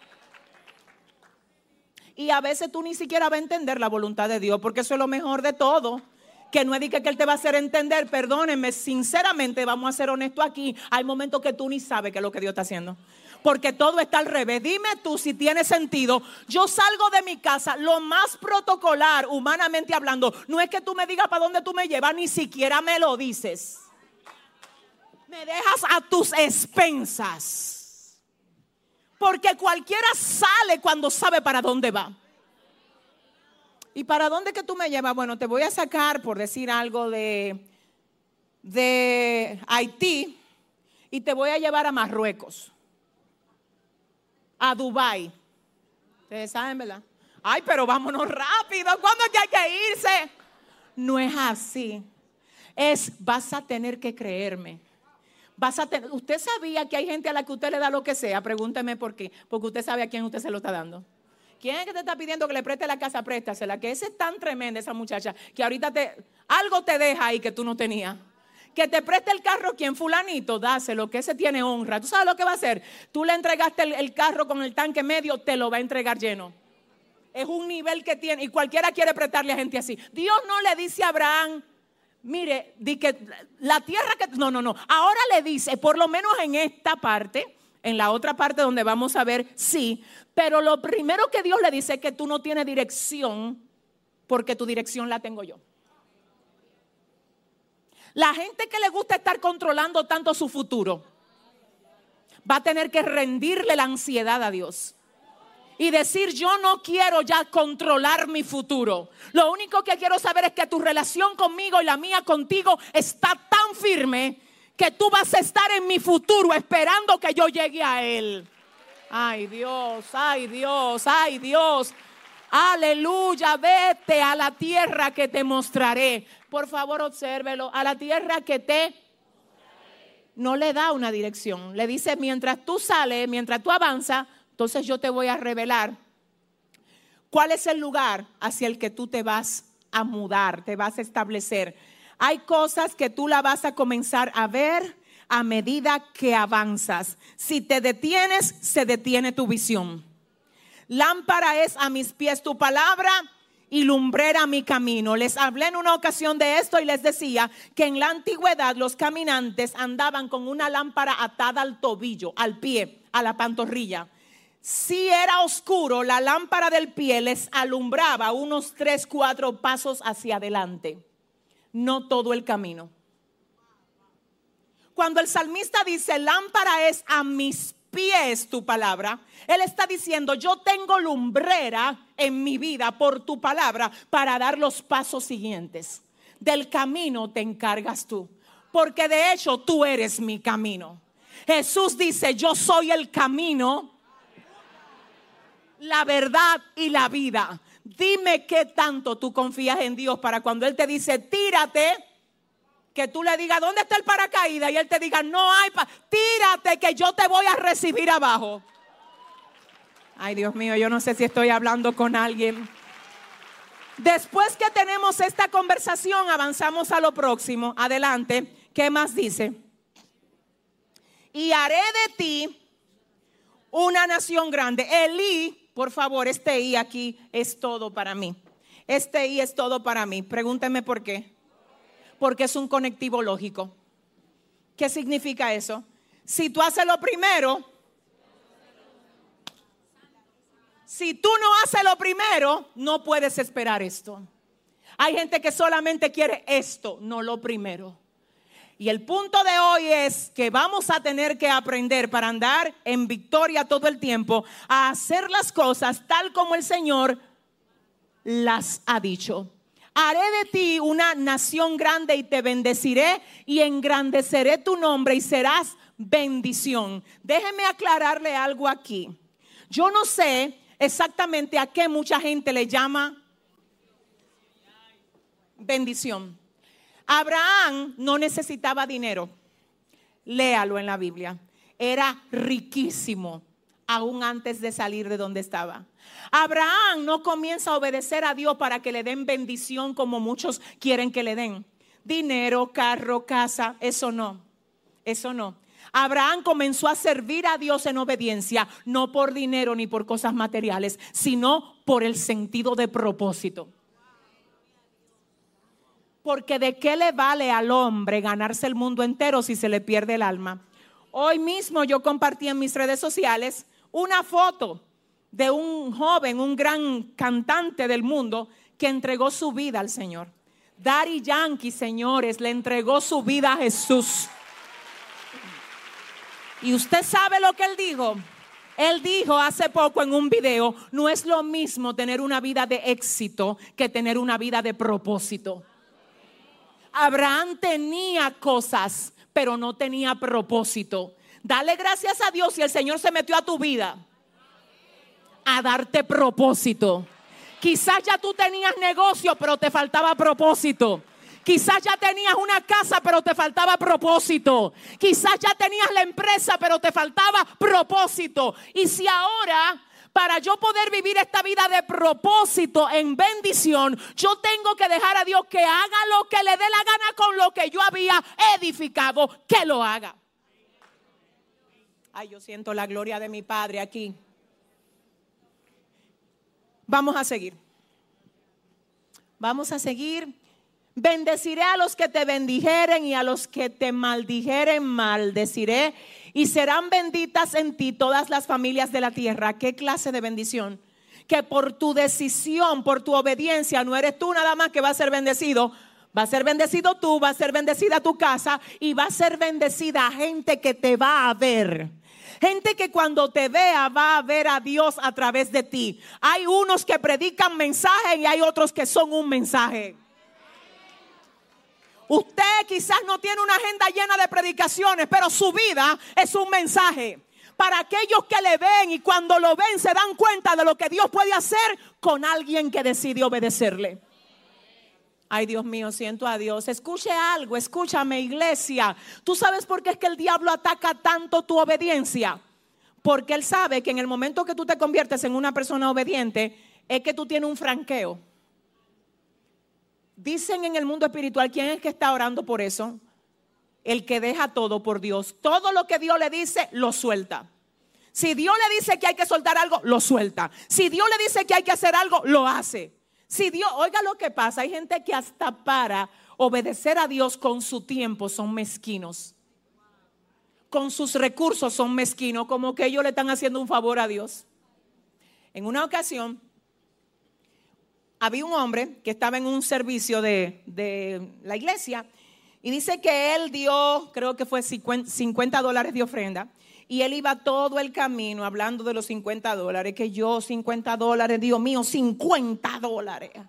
Y a veces tú ni siquiera vas a entender la voluntad de Dios, porque eso es lo mejor de todo. Que no es de que Él te va a hacer entender. Perdónenme, sinceramente, vamos a ser honestos aquí. Hay momentos que tú ni sabes qué es lo que Dios está haciendo, porque todo está al revés. Dime tú si tiene sentido. Yo salgo de mi casa, lo más protocolar, humanamente hablando, no es que tú me digas para dónde tú me llevas, ni siquiera me lo dices. Me dejas a tus expensas, porque cualquiera sale cuando sabe para dónde va. ¿Y para dónde que tú me llevas? Bueno, te voy a sacar, por decir algo, de Haití, y te voy a llevar a Marruecos, a Dubái. Ustedes saben, ¿verdad? Ay, pero vámonos rápido. ¿Cuándo es que hay que irse? No es así. Vas a tener que creerme. Usted sabía que hay gente a la que usted le da lo que sea. Pregúnteme por qué. Porque usted sabe a quién usted se lo está dando. ¿Quién es que te está pidiendo que le preste la casa? Préstasela. Que esa es tan tremenda, esa muchacha, que ahorita algo te deja ahí que tú no tenías. Que te preste el carro, ¿quién? Fulanito, dáselo, que ese tiene honra. ¿Tú sabes lo que va a hacer? Tú le entregaste el carro con el tanque medio, te lo va a entregar lleno. Es un nivel que tiene, y cualquiera quiere prestarle a gente así. Dios no le dice a Abraham, Mire, di que la tierra que... No. Ahora le dice, por lo menos en esta parte, en la otra parte donde vamos a ver, sí. Pero lo primero que Dios le dice es que tú no tienes dirección, porque tu dirección la tengo yo. La gente que le gusta estar controlando tanto su futuro va a tener que rendirle la ansiedad a Dios y decir: yo no quiero ya controlar mi futuro. Lo único que quiero saber es que tu relación conmigo y la mía contigo está tan firme que tú vas a estar en mi futuro esperando que yo llegue a Él. Ay Dios, ay Dios, ay Dios. Aleluya, vete a la tierra que te mostraré. Por favor, obsérvelo. A la tierra que te... No le da una dirección. Le dice: mientras tú sales, mientras tú avanzas, entonces yo te voy a revelar cuál es el lugar hacia el que tú te vas a mudar, te vas a establecer. Hay cosas que tú la vas a comenzar a ver a medida que avanzas. Si te detienes, se detiene tu visión. Lámpara es a mis pies tu palabra y lumbrera mi camino. Les hablé en una ocasión de esto y les decía que en la antigüedad los caminantes andaban con una lámpara atada al tobillo, al pie, a la pantorrilla. Si era oscuro, la lámpara del pie les alumbraba unos 3-4 pasos hacia adelante, no todo el camino. Cuando el salmista dice: lámpara es a mis pies tu palabra, él está diciendo: yo tengo lumbrera en mi vida por tu palabra para dar los pasos siguientes. Del camino te encargas tú, porque de hecho tú eres mi camino. Jesús dice: yo soy el camino, la verdad y la vida. Dime qué tanto tú confías en Dios para cuando Él te dice: tírate, que tú le digas: ¿dónde está el paracaídas? Y Él te diga: no hay, tírate que yo te voy a recibir abajo. Ay, Dios mío, yo no sé si estoy hablando con alguien. Después que tenemos esta conversación, avanzamos a lo próximo. Adelante, ¿qué más dice? Y haré de ti una nación grande. Elí, por favor, este I aquí es todo para mí. Este I es todo para mí. Pregúntenme por qué. Porque es un conectivo lógico. ¿Qué significa eso? Si tú haces lo primero, si tú no haces lo primero, no puedes esperar esto. Hay gente que solamente quiere esto, no lo primero. Y el punto de hoy es que vamos a tener que aprender, para andar en victoria todo el tiempo, a hacer las cosas tal como el Señor las ha dicho. Haré de ti una nación grande y te bendeciré y engrandeceré tu nombre y serás bendición. Déjeme aclararle algo aquí. Yo no sé exactamente a qué mucha gente le llama bendición. Abraham no necesitaba dinero. Léalo en la Biblia. Era riquísimo aún antes de salir de donde estaba. Abraham no comienza a obedecer a Dios para que le den bendición como muchos quieren que le den. Dinero, carro, casa, eso no. Eso no. Abraham comenzó a servir a Dios en obediencia, no por dinero ni por cosas materiales, sino por el sentido de propósito. Porque ¿de qué le vale al hombre ganarse el mundo entero si se le pierde el alma? Hoy mismo yo compartí en mis redes sociales una foto de un joven, un gran cantante del mundo que entregó su vida al Señor. Daddy Yankee, señores, le entregó su vida a Jesús. Y usted sabe lo que él dijo. Él dijo hace poco en un video: no es lo mismo tener una vida de éxito que tener una vida de propósito. Abraham tenía cosas, pero no tenía propósito. Dale gracias a Dios si el Señor se metió a tu vida a darte propósito. Quizás ya tú tenías negocio, pero te faltaba propósito. Quizás ya tenías una casa, pero te faltaba propósito. Quizás ya tenías la empresa, pero te faltaba propósito. Y si ahora, para yo poder vivir esta vida de propósito en bendición, yo tengo que dejar a Dios que haga lo que le dé la gana con lo que yo había edificado, que lo haga. Ay, yo siento la gloria de mi Padre aquí. Vamos a seguir. Vamos a seguir. Bendeciré a los que te bendijeren y a los que te maldijeren maldeciré. Y serán benditas en ti todas las familias de la tierra. ¿Qué clase de bendición? Que por tu decisión, por tu obediencia, no eres tú nada más que va a ser bendecido. Va a ser bendecido tú, va a ser bendecida tu casa y va a ser bendecida gente que te va a ver. Gente que cuando te vea va a ver a Dios a través de ti. Hay unos que predican mensajes y hay otros que son un mensaje. Usted quizás no tiene una agenda llena de predicaciones, pero su vida es un mensaje para aquellos que le ven y cuando lo ven se dan cuenta de lo que Dios puede hacer con alguien que decide obedecerle. Ay, Dios mío, siento a Dios. Escuche algo, escúchame, iglesia. ¿Tú sabes por qué es que el diablo ataca tanto tu obediencia? Porque él sabe que en el momento que tú te conviertes en una persona obediente es que tú tienes un franqueo. Dicen en el mundo espiritual, ¿quién es que está orando por eso? El que deja todo por Dios. Todo lo que Dios le dice, lo suelta. Si Dios le dice que hay que soltar algo, lo suelta. Si Dios le dice que hay que hacer algo, lo hace. Si Dios, oiga lo que pasa, hay gente que hasta para obedecer a Dios con su tiempo son mezquinos. Con sus recursos son mezquinos, como que ellos le están haciendo un favor a Dios. En una ocasión había un hombre que estaba en un servicio de la iglesia y dice que él dio, creo que fue $50 de ofrenda. Y él iba todo el camino hablando de los $50, que yo $50, Dios mío, $50.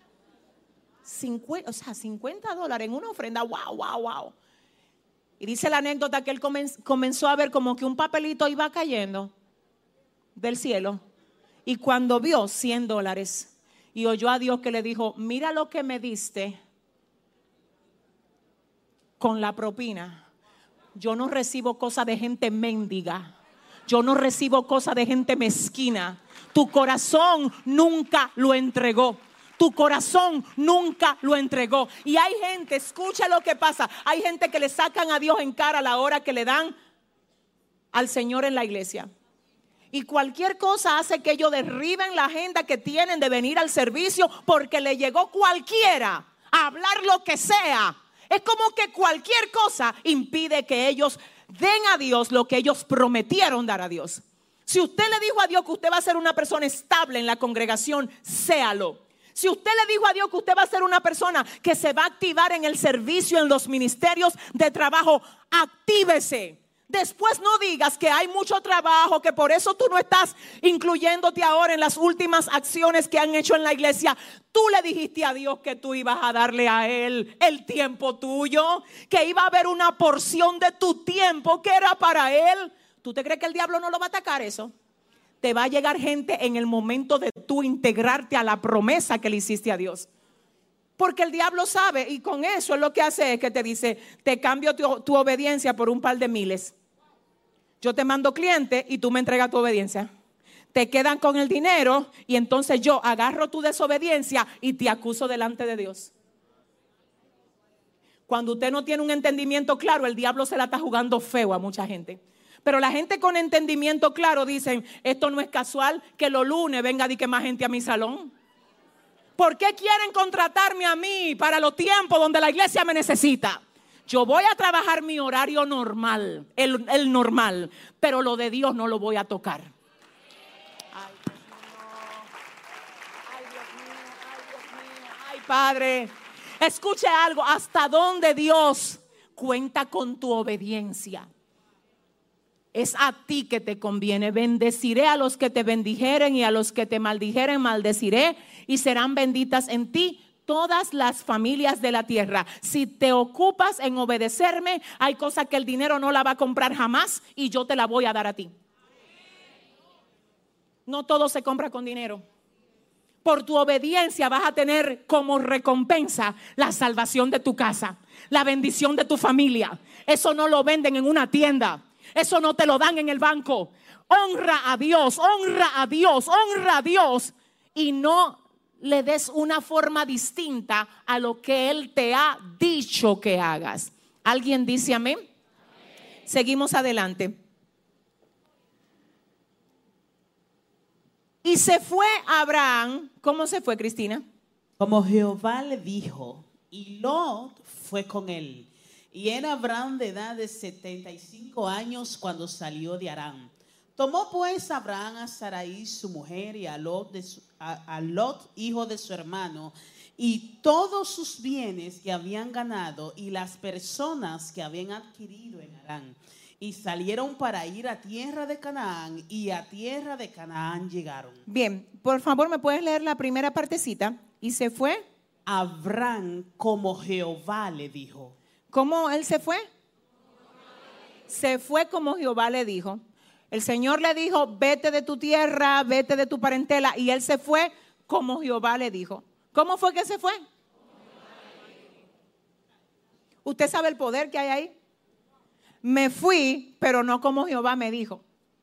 O sea, $50 en una ofrenda, wow. Y dice la anécdota que él comenzó a ver como que un papelito iba cayendo del cielo. Y cuando vio $100 y oyó a Dios que le dijo, mira lo que me diste con la propina. Yo no recibo cosas de gente mendiga. Yo no recibo cosas de gente mezquina. Tu corazón nunca lo entregó. Tu corazón nunca lo entregó. Y hay gente, escucha lo que pasa. Hay gente que le sacan a Dios en cara a la hora que le dan al Señor en la iglesia. Y cualquier cosa hace que ellos derriben la agenda que tienen de venir al servicio porque le llegó cualquiera a hablar lo que sea. Es como que cualquier cosa impide que ellos den a Dios lo que ellos prometieron dar a Dios. Si usted le dijo a Dios que usted va a ser una persona estable en la congregación, séalo. Si usted le dijo a Dios que usted va a ser una persona que se va a activar en el servicio, en los ministerios de trabajo, actívese. Después no digas que hay mucho trabajo, que por eso tú no estás incluyéndote ahora en las últimas acciones que han hecho en la iglesia. Tú le dijiste a Dios que tú ibas a darle a Él el tiempo tuyo, que iba a haber una porción de tu tiempo que era para Él. ¿Tú te crees que el diablo no lo va a atacar eso? Te va a llegar gente en el momento de tú integrarte a la promesa que le hiciste a Dios. Porque el diablo sabe, y con eso es lo que hace es que te dice, te cambio tu obediencia por un par de miles. Yo te mando cliente y tú me entregas tu obediencia. Te quedan con el dinero y entonces yo agarro tu desobediencia y te acuso delante de Dios. Cuando usted no tiene un entendimiento claro, el diablo se la está jugando feo a mucha gente. Pero la gente con entendimiento claro dicen, esto no es casual que los lunes venga de que más gente a mi salón. ¿Por qué quieren contratarme a mí para los tiempos donde la iglesia me necesita? Yo voy a trabajar mi horario normal, el normal, pero lo de Dios no lo voy a tocar. Ay, Dios mío, ay, Padre, escuche algo, ¿hasta dónde Dios cuenta con tu obediencia? Es a ti que te conviene. Bendeciré a los que te bendijeren y a los que te maldijeren maldeciré, y serán benditas en ti todas las familias de la tierra. Si te ocupas en obedecerme, hay cosas que el dinero no la va a comprar jamás y yo te la voy a dar a ti. No todo se compra con dinero. Por tu obediencia vas a tener como recompensa la salvación de tu casa, la bendición de tu familia. Eso no lo venden en una tienda. Eso no te lo dan en el banco. Honra a Dios, honra a Dios, honra a Dios. Y no le des una forma distinta a lo que Él te ha dicho que hagas. ¿Alguien dice amén? Amén. Seguimos adelante. Y se fue Abraham. ¿Cómo se fue, Cristina? Como Jehová le dijo. y Lot fue con él. Y era Abraham de edad de 75 años cuando salió de Harán. Tomó pues Abraham a Sarai su mujer y a Lot, hijo de su hermano, y todos sus bienes que habían ganado y las personas que habían adquirido en Harán. Y salieron para ir a tierra de Canaán, y a tierra de Canaán llegaron. Bien, por favor, ¿me puedes leer la primera partecita? Y se fue Abraham como Jehová le dijo. ¿Cómo él se fue? Se fue como Jehová le dijo. El Señor le dijo, vete de tu tierra, vete de tu parentela. Y él se fue como Jehová le dijo. ¿Cómo fue que se fue? ¿Usted sabe el poder que hay ahí? Me fui, pero no como Jehová me dijo.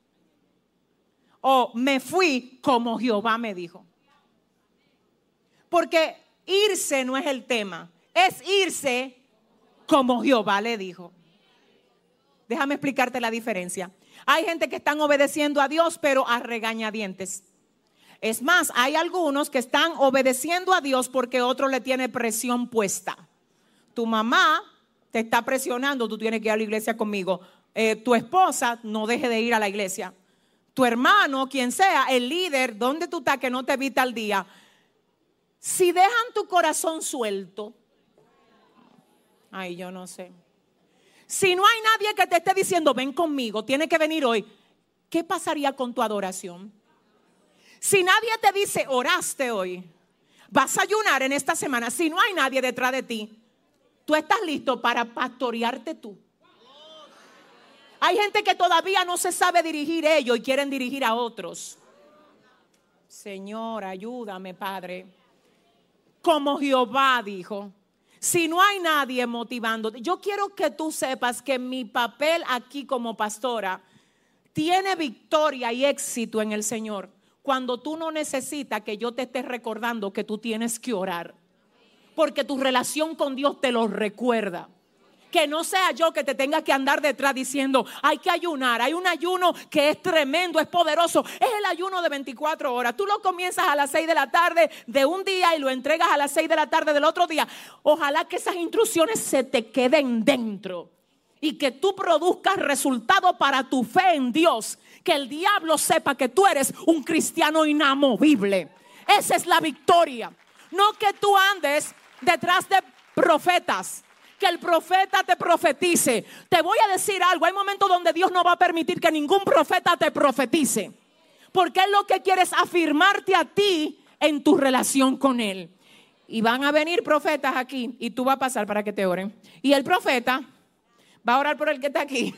O me fui como Jehová me dijo. Porque irse no es el tema. Es irse como Jehová le dijo. Déjame explicarte la diferencia. Hay gente que están obedeciendo a Dios, pero a regañadientes. Es más, hay algunos que están obedeciendo a Dios porque otro le tiene presión puesta. Tu mamá te está presionando, tú tienes que ir a la iglesia conmigo. Tu esposa no deje de ir a la iglesia. Tu hermano, quien sea, el líder, ¿dónde tú estás que no te vi tal día? Si dejan tu corazón suelto, ay, yo no sé. Si no hay nadie que te esté diciendo, ven conmigo, tienes que venir hoy, ¿qué pasaría con tu adoración? Si nadie te dice, oraste hoy, vas a ayunar en esta semana, si no hay nadie detrás de ti, tú estás listo para pastorearte tú. Hay gente que todavía no se sabe dirigir ellos y quieren dirigir a otros. Señor, ayúdame, Padre. Como Jehová dijo. Si no hay nadie motivándote, yo quiero que tú sepas que mi papel aquí como pastora tiene victoria y éxito en el Señor cuando tú no necesitas que yo te esté recordando que tú tienes que orar, porque tu relación con Dios te lo recuerda. Que no sea yo que te tenga que andar detrás diciendo hay que ayunar. Hay un ayuno que es tremendo, es poderoso. Es el ayuno de 24 horas. Tú lo comienzas a las 6 de la tarde de un día y lo entregas a las 6 de la tarde del otro día. Ojalá que esas instrucciones se te queden dentro y que tú produzcas resultado para tu fe en Dios. Que el diablo sepa que tú eres un cristiano inamovible. Esa es la victoria. No que tú andes detrás de profetas. Que el profeta te profetice. Te voy a decir algo, hay momentos donde Dios no va a permitir que ningún profeta te profetice, porque Él lo que quiere es afirmarte a ti en tu relación con Él. Y van a venir profetas aquí y tú vas a pasar para que te oren. Y el profeta va a orar por el que está aquí.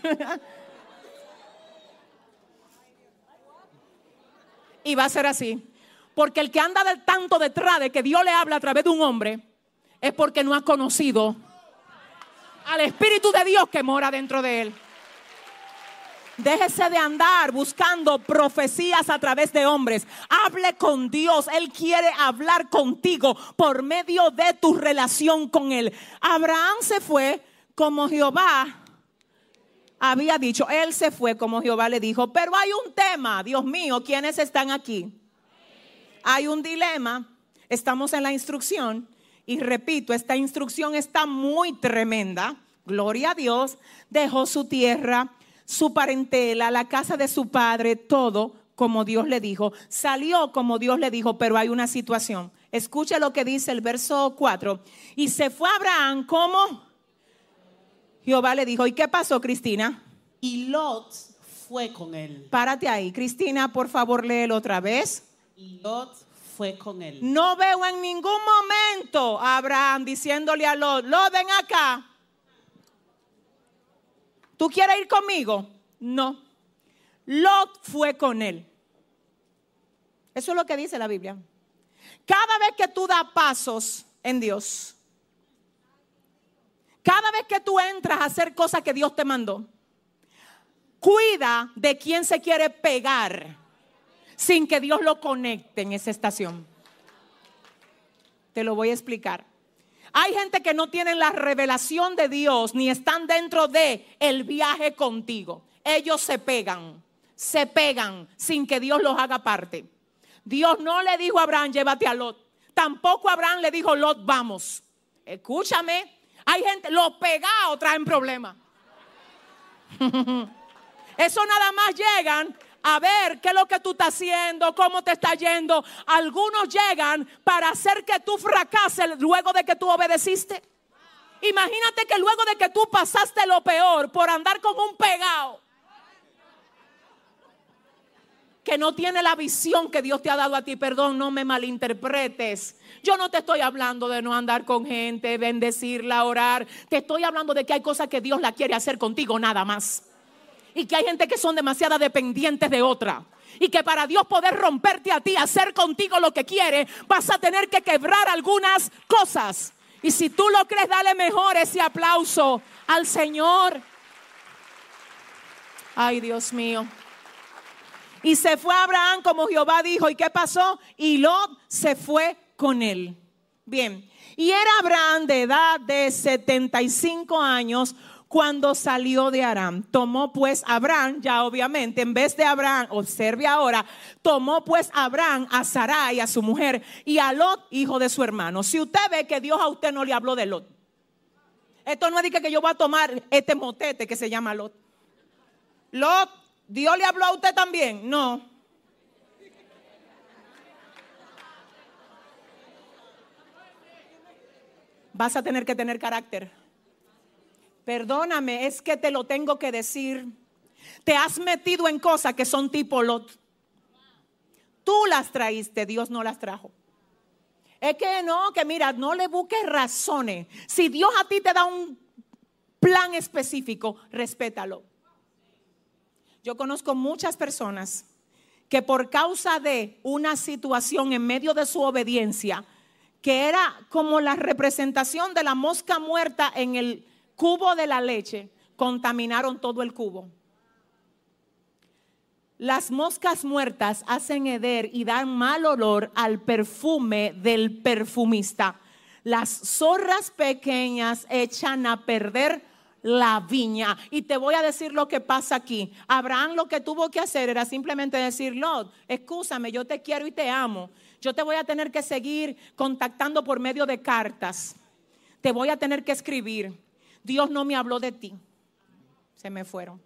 Y va a ser así. Porque el que anda tanto detrás de que Dios le habla a través de un hombre es porque no ha conocido al Espíritu de Dios que mora dentro de él. Déjese de andar buscando profecías a través de hombres. Hable con Dios. Él quiere hablar contigo por medio de tu relación con Él. Abraham se fue como Jehová había dicho. Él se fue como Jehová le dijo. Pero hay un tema, Dios mío, ¿quiénes están aquí? Hay un dilema. Estamos en la instrucción. Y repito, esta instrucción está muy tremenda. Gloria a Dios. Dejó su tierra, su parentela, la casa de su padre, todo como Dios le dijo. Salió como Dios le dijo, pero hay una situación. Escucha lo que dice el verso 4. Y se fue Abraham como Jehová le dijo. ¿Y qué pasó, Cristina? Y Lot fue con él. Párate ahí, Cristina, por favor, léelo otra vez. Y Lot fue con él. No veo en ningún momento a Abraham diciéndole a Lot, Lot, ven acá. ¿Tú quieres ir conmigo? No. Lot fue con él. Eso es lo que dice la Biblia. Cada vez que tú das pasos en Dios, cada vez que tú entras a hacer cosas que Dios te mandó, cuida de quién se quiere pegar sin que Dios lo conecte en esa estación. Te lo voy a explicar. Hay gente que no tienen la revelación de Dios ni están dentro de el viaje contigo. Ellos se pegan sin que Dios los haga parte. Dios no le dijo a Abraham, llévate a Lot. Tampoco Abraham le dijo, Lot, vamos. escúchame, hay gente, los pegados traen problemas. Eso nada más llegan a ver qué es lo que tú estás haciendo, cómo te está yendo. Algunos llegan para hacer que tú fracases luego de que tú obedeciste. Imagínate que luego de que tú pasaste lo peor por andar con un pegado que no tiene la visión que Dios te ha dado a ti. Perdón, no me malinterpretes. Yo no te estoy hablando de no andar con gente, bendecirla, orar. Te estoy hablando de que hay cosas que Dios la quiere hacer contigo nada más. Y que hay gente que son demasiado dependientes de otra. Y que para Dios poder romperte a ti, hacer contigo lo que quiere, vas a tener que quebrar algunas cosas. Y si tú lo crees, dale mejor ese aplauso al Señor. Ay, Dios mío. Y se fue Abraham como Jehová dijo. ¿Y qué pasó? Y Lot se fue con él. Bien. Y era Abraham de edad de 75 años cuando salió de Aram. Tomó pues Abraham, ya obviamente, en vez de Abraham, observe ahora, tomó pues Abraham a Sarai, a su mujer, y a Lot, hijo de su hermano. Si usted ve que Dios a usted no le habló de Lot, esto no es de que yo voy a tomar este motete que se llama Lot. Lot, ¿Dios le habló a usted también? No. Vas a tener que tener carácter. Perdóname, es que te lo tengo que decir. Te has metido en cosas que son tipo Lot. Tú las traíste, Dios no las trajo. Es que no, que mira, no le busques razones. Si Dios a ti te da un plan específico, respétalo. Yo conozco muchas personas que por causa de una situación en medio de su obediencia, que era como la representación de la mosca muerta en el cubo de la leche, contaminaron todo el cubo. Las moscas muertas hacen heder y dan mal olor al perfume del perfumista. Las zorras pequeñas echan a perder la viña. Y te voy a decir lo que pasa aquí. Abraham lo que tuvo que hacer era simplemente decir: Lot, excúsame, yo te quiero y te amo. Yo te voy a tener que seguir contactando por medio de cartas. Te voy a tener que escribir. Dios no me habló de ti. Se me fueron.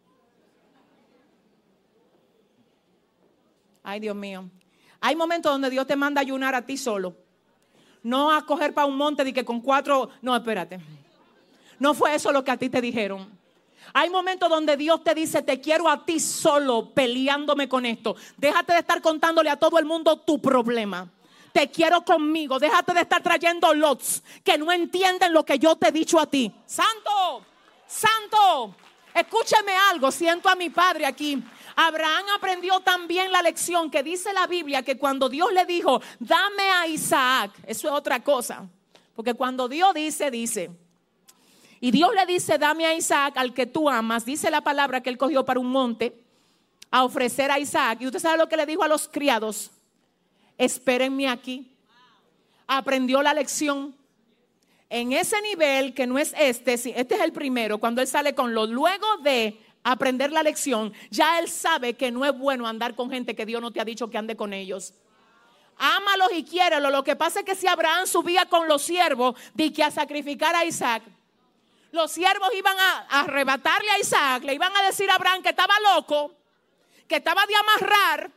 Ay, Dios mío. Hay momentos donde Dios te manda a ayunar a ti solo. No a coger para un monte de que con 4. No, espérate. No fue eso lo que a ti te dijeron. Hay momentos donde Dios te dice: te quiero a ti solo, peleándome con esto. Déjate de estar contándole a todo el mundo tu problema. Te quiero conmigo. Déjate de estar trayendo lots que no entienden lo que yo te he dicho a ti. Santo, santo. Escúcheme algo, siento a mi padre aquí. Abraham aprendió también la lección que dice la Biblia, que cuando Dios le dijo: dame a Isaac, eso es otra cosa. Porque cuando Dios dice. Y Dios le dice: dame a Isaac, al que tú amas. Dice la palabra que él cogió para un monte a ofrecer a Isaac. Y usted sabe lo que le dijo a los criados: espérenme aquí. Aprendió la lección. En ese nivel que no es este es el primero, cuando él sale con los. Luego de aprender la lección, ya él sabe que no es bueno andar con gente que Dios no te ha dicho que ande con ellos. Ámalos y quiérelos. Lo que pasa es que si Abraham subía con los siervos de que a sacrificar a Isaac, los siervos iban a arrebatarle a Isaac, le iban a decir a Abraham que estaba loco, que estaba de amarrar.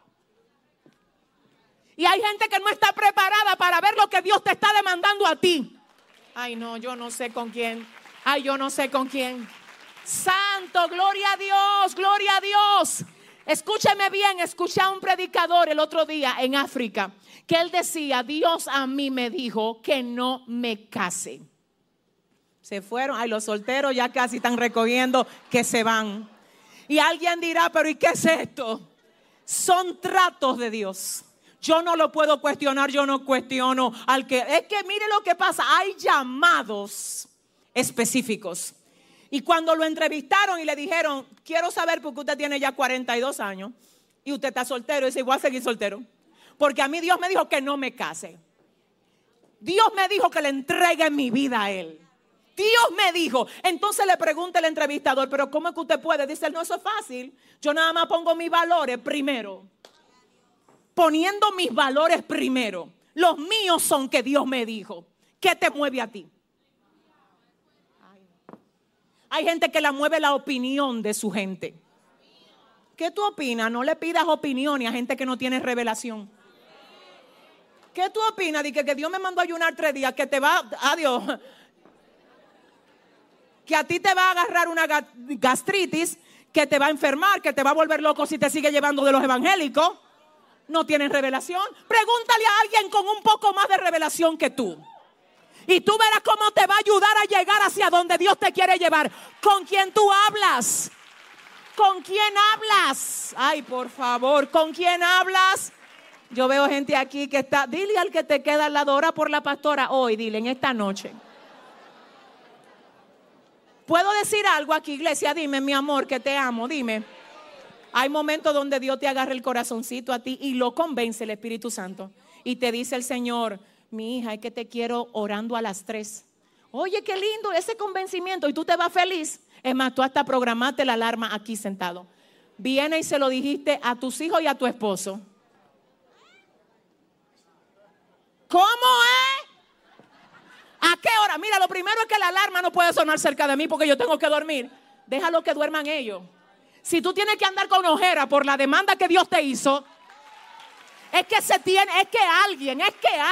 Y hay gente que no está preparada para ver lo que Dios te está demandando a ti. Ay, no, yo no sé con quién. Ay, yo no sé con quién. Santo, gloria a Dios, gloria a Dios. Escúcheme bien, escuché a un predicador el otro día en África, que él decía: Dios a mí me dijo que no me case. Se fueron. Ay, los solteros ya casi están recogiendo que se van. Y alguien dirá: pero ¿y qué es esto? Son tratos de Dios. Yo no lo puedo cuestionar, yo no cuestiono al que. Es que mire lo que pasa, hay llamados específicos. Y cuando lo entrevistaron y le dijeron: quiero saber por qué usted tiene ya 42 años y usted está soltero, y dice: voy a seguir soltero, porque a mí Dios me dijo que no me case. Dios me dijo que le entregue mi vida a Él. Dios me dijo. Entonces le pregunta el entrevistador: pero ¿cómo es que usted puede? Dice él: no, eso es fácil. Yo nada más pongo mis valores primero. Poniendo mis valores primero. Los míos son que Dios me dijo ¿Qué te mueve a ti? Hay gente que la mueve la opinión de su gente. ¿Qué tú opinas? No le pidas opiniones a gente que no tiene revelación. ¿Qué tú opinas de que Dios me mandó a ayunar 3 días, que te va, adiós, que a ti te va a agarrar una gastritis, que te va a enfermar, que te va a volver loco si te sigue llevando de los evangélicos? No tienen revelación. Pregúntale a alguien con un poco más de revelación que tú. Y tú verás cómo te va a ayudar a llegar hacia donde Dios te quiere llevar. ¿Con quién tú hablas? ¿Con quién hablas? Ay, por favor, ¿con quién hablas? Yo veo gente aquí que está, dile al que te queda al lado, ora por la pastora hoy, dile, en esta noche. ¿Puedo decir algo aquí, iglesia? Dime, mi amor, que te amo, dime. Hay momentos donde Dios te agarra el corazoncito a ti y lo convence el Espíritu Santo. Y te dice el Señor, mi hija, es que te quiero orando a las 3. Oye, qué lindo ese convencimiento, y tú te vas feliz. Es más, tú hasta programaste la alarma aquí sentado. Viene y se lo dijiste a tus hijos y a tu esposo. ¿Cómo es? ¿A qué hora? Mira, lo primero es que la alarma no puede sonar cerca de mí porque yo tengo que dormir. Déjalo que duerman ellos. Si tú tienes que andar con ojera por la demanda que Dios te hizo, es que alguien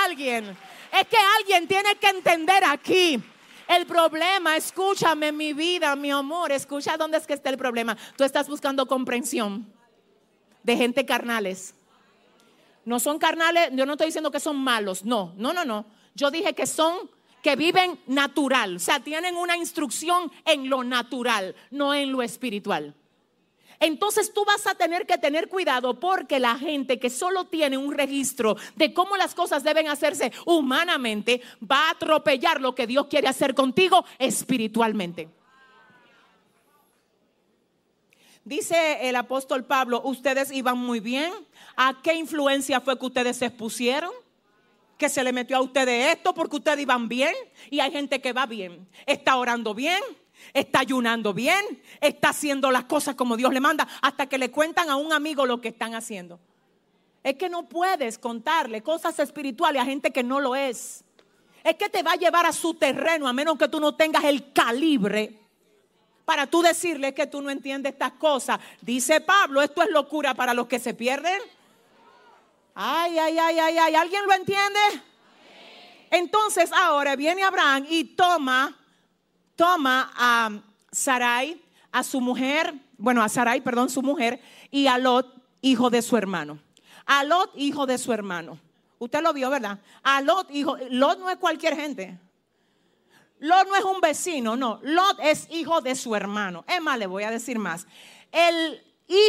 tiene que entender aquí. El problema, escúchame mi vida, mi amor, escucha dónde es que está el problema. Tú estás buscando comprensión de gente carnales. No son carnales, yo no estoy diciendo que son malos, no. Yo dije que viven natural, o sea, tienen una instrucción en lo natural, no en lo espiritual. Entonces tú vas a tener que tener cuidado, porque la gente que solo tiene un registro de cómo las cosas deben hacerse humanamente va a atropellar lo que Dios quiere hacer contigo espiritualmente. Dice el apóstol Pablo, ustedes iban muy bien. ¿A qué influencia fue que ustedes se expusieron? Que se le metió a ustedes esto porque ustedes iban bien. Y hay gente que va bien, está orando bien, está ayunando bien, está haciendo las cosas como Dios le manda, hasta que le cuentan a un amigo lo que están haciendo. Es que no puedes contarle cosas espirituales a gente que no lo es. Es que te va a llevar a su terreno, a menos que tú no tengas el calibre para tú decirle que tú no entiendes estas cosas. Dice Pablo, esto es locura para los que se pierden. Ay, ¿alguien lo entiende? Entonces ahora viene Abraham y toma a Sarai, a su mujer, su mujer, y a Lot, hijo de su hermano. A Lot, hijo de su hermano. Usted lo vio, ¿verdad? A Lot, Lot no es cualquier gente. Lot no es un vecino, no. Lot es hijo de su hermano. Es más, le voy a decir más. El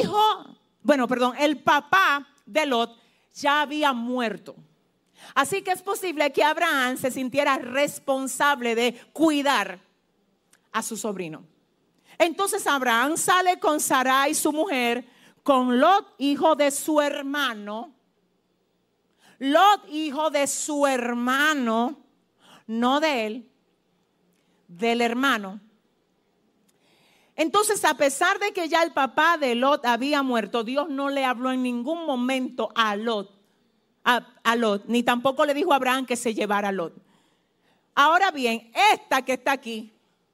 papá de Lot ya había muerto. Así que es posible que Abraham se sintiera responsable de cuidar a su sobrino. Entonces Abraham sale con Sarai, su mujer, con Lot, hijo de su hermano. Lot, hijo de su hermano, no de él, del hermano. Entonces, a pesar de que ya el papá de Lot había muerto, Dios no le habló en ningún momento a Lot, ni tampoco le dijo a Abraham que se llevara a Lot. Ahora bien, esta que está aquí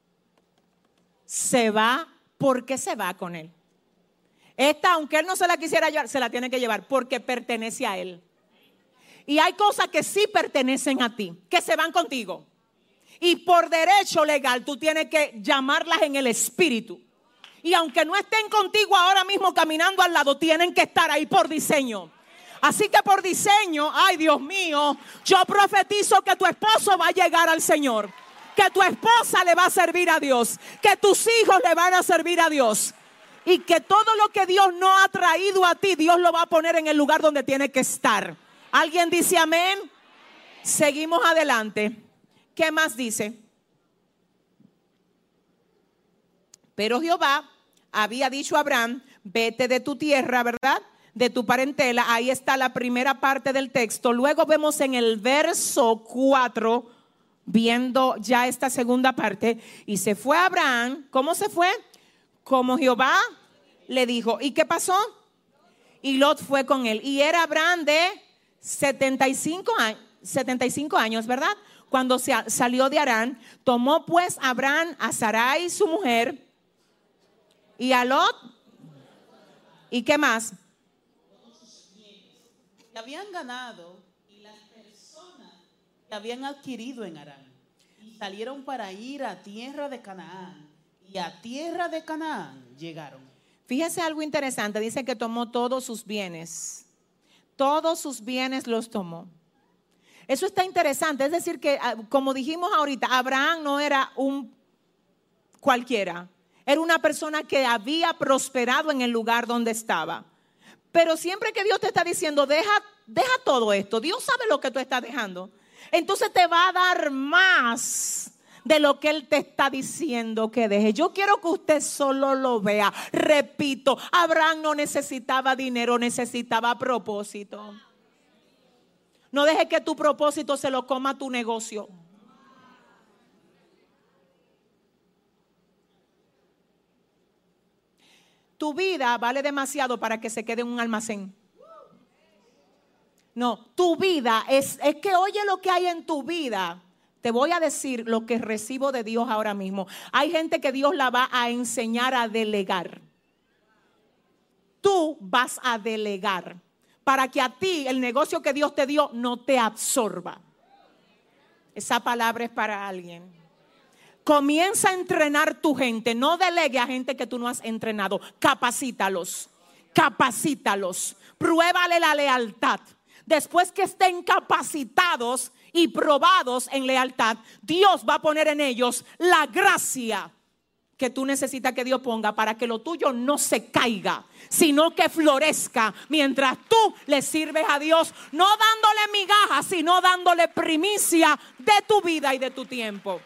se va porque se va con él. Esta, aunque él no se la quisiera llevar, se la tiene que llevar porque pertenece a él. Y hay cosas que sí pertenecen a ti, que se van contigo. Y por derecho legal tú tienes que llamarlas en el espíritu. Y aunque no estén contigo ahora mismo caminando al lado, tienen que estar ahí por diseño. Así que por diseño, ay Dios mío, yo profetizo que tu esposo va a llegar al Señor, que tu esposa le va a servir a Dios, que tus hijos le van a servir a Dios, y que todo lo que Dios no ha traído a ti, Dios lo va a poner en el lugar donde tiene que estar. ¿Alguien dice amén? Seguimos adelante. ¿Qué más dice? Pero Jehová había dicho a Abraham, vete de tu tierra, ¿verdad? De tu parentela. Ahí está la primera parte del texto. Luego vemos en el verso 4, viendo ya esta segunda parte. Y se fue Abraham. ¿Cómo se fue? Como Jehová le dijo. ¿Y qué pasó? Y Lot fue con él. Y era Abraham de 75 años. 75 años, ¿verdad? Cuando salió de Harán, tomó pues Abraham a Sarai su mujer y a Lot, ¿y qué más? Que habían ganado y las personas que habían adquirido en Harán, y salieron para ir a tierra de Canaán, y a tierra de Canaán llegaron. Fíjese algo interesante, dice que tomó todos sus bienes los tomó. Eso está interesante, es decir que, como dijimos ahorita, Abraham no era un cualquiera, era una persona que había prosperado en el lugar donde estaba. Pero siempre que Dios te está diciendo, deja todo esto, Dios sabe lo que tú estás dejando, entonces te va a dar más de lo que Él te está diciendo que deje. Yo quiero que usted solo lo vea. Repito, Abraham no necesitaba dinero, necesitaba propósito. No deje que tu propósito se lo coma tu negocio. Tu vida vale demasiado para que se quede en un almacén. No, tu vida es que oye lo que hay en tu vida. Te voy a decir lo que recibo de Dios ahora mismo. Hay gente que Dios la va a enseñar a delegar. Tú vas a delegar para que a ti el negocio que Dios te dio no te absorba. Esa palabra es para alguien. Comienza a entrenar tu gente. No delegue a gente que tú no has entrenado. Capacítalos. Pruébale la lealtad. Después que estén capacitados y probados en lealtad, Dios va a poner en ellos la gracia que tú necesitas que Dios ponga para que lo tuyo no se caiga, sino que florezca mientras tú le sirves a Dios, no dándole migajas, sino dándole primicia de tu vida y de tu tiempo.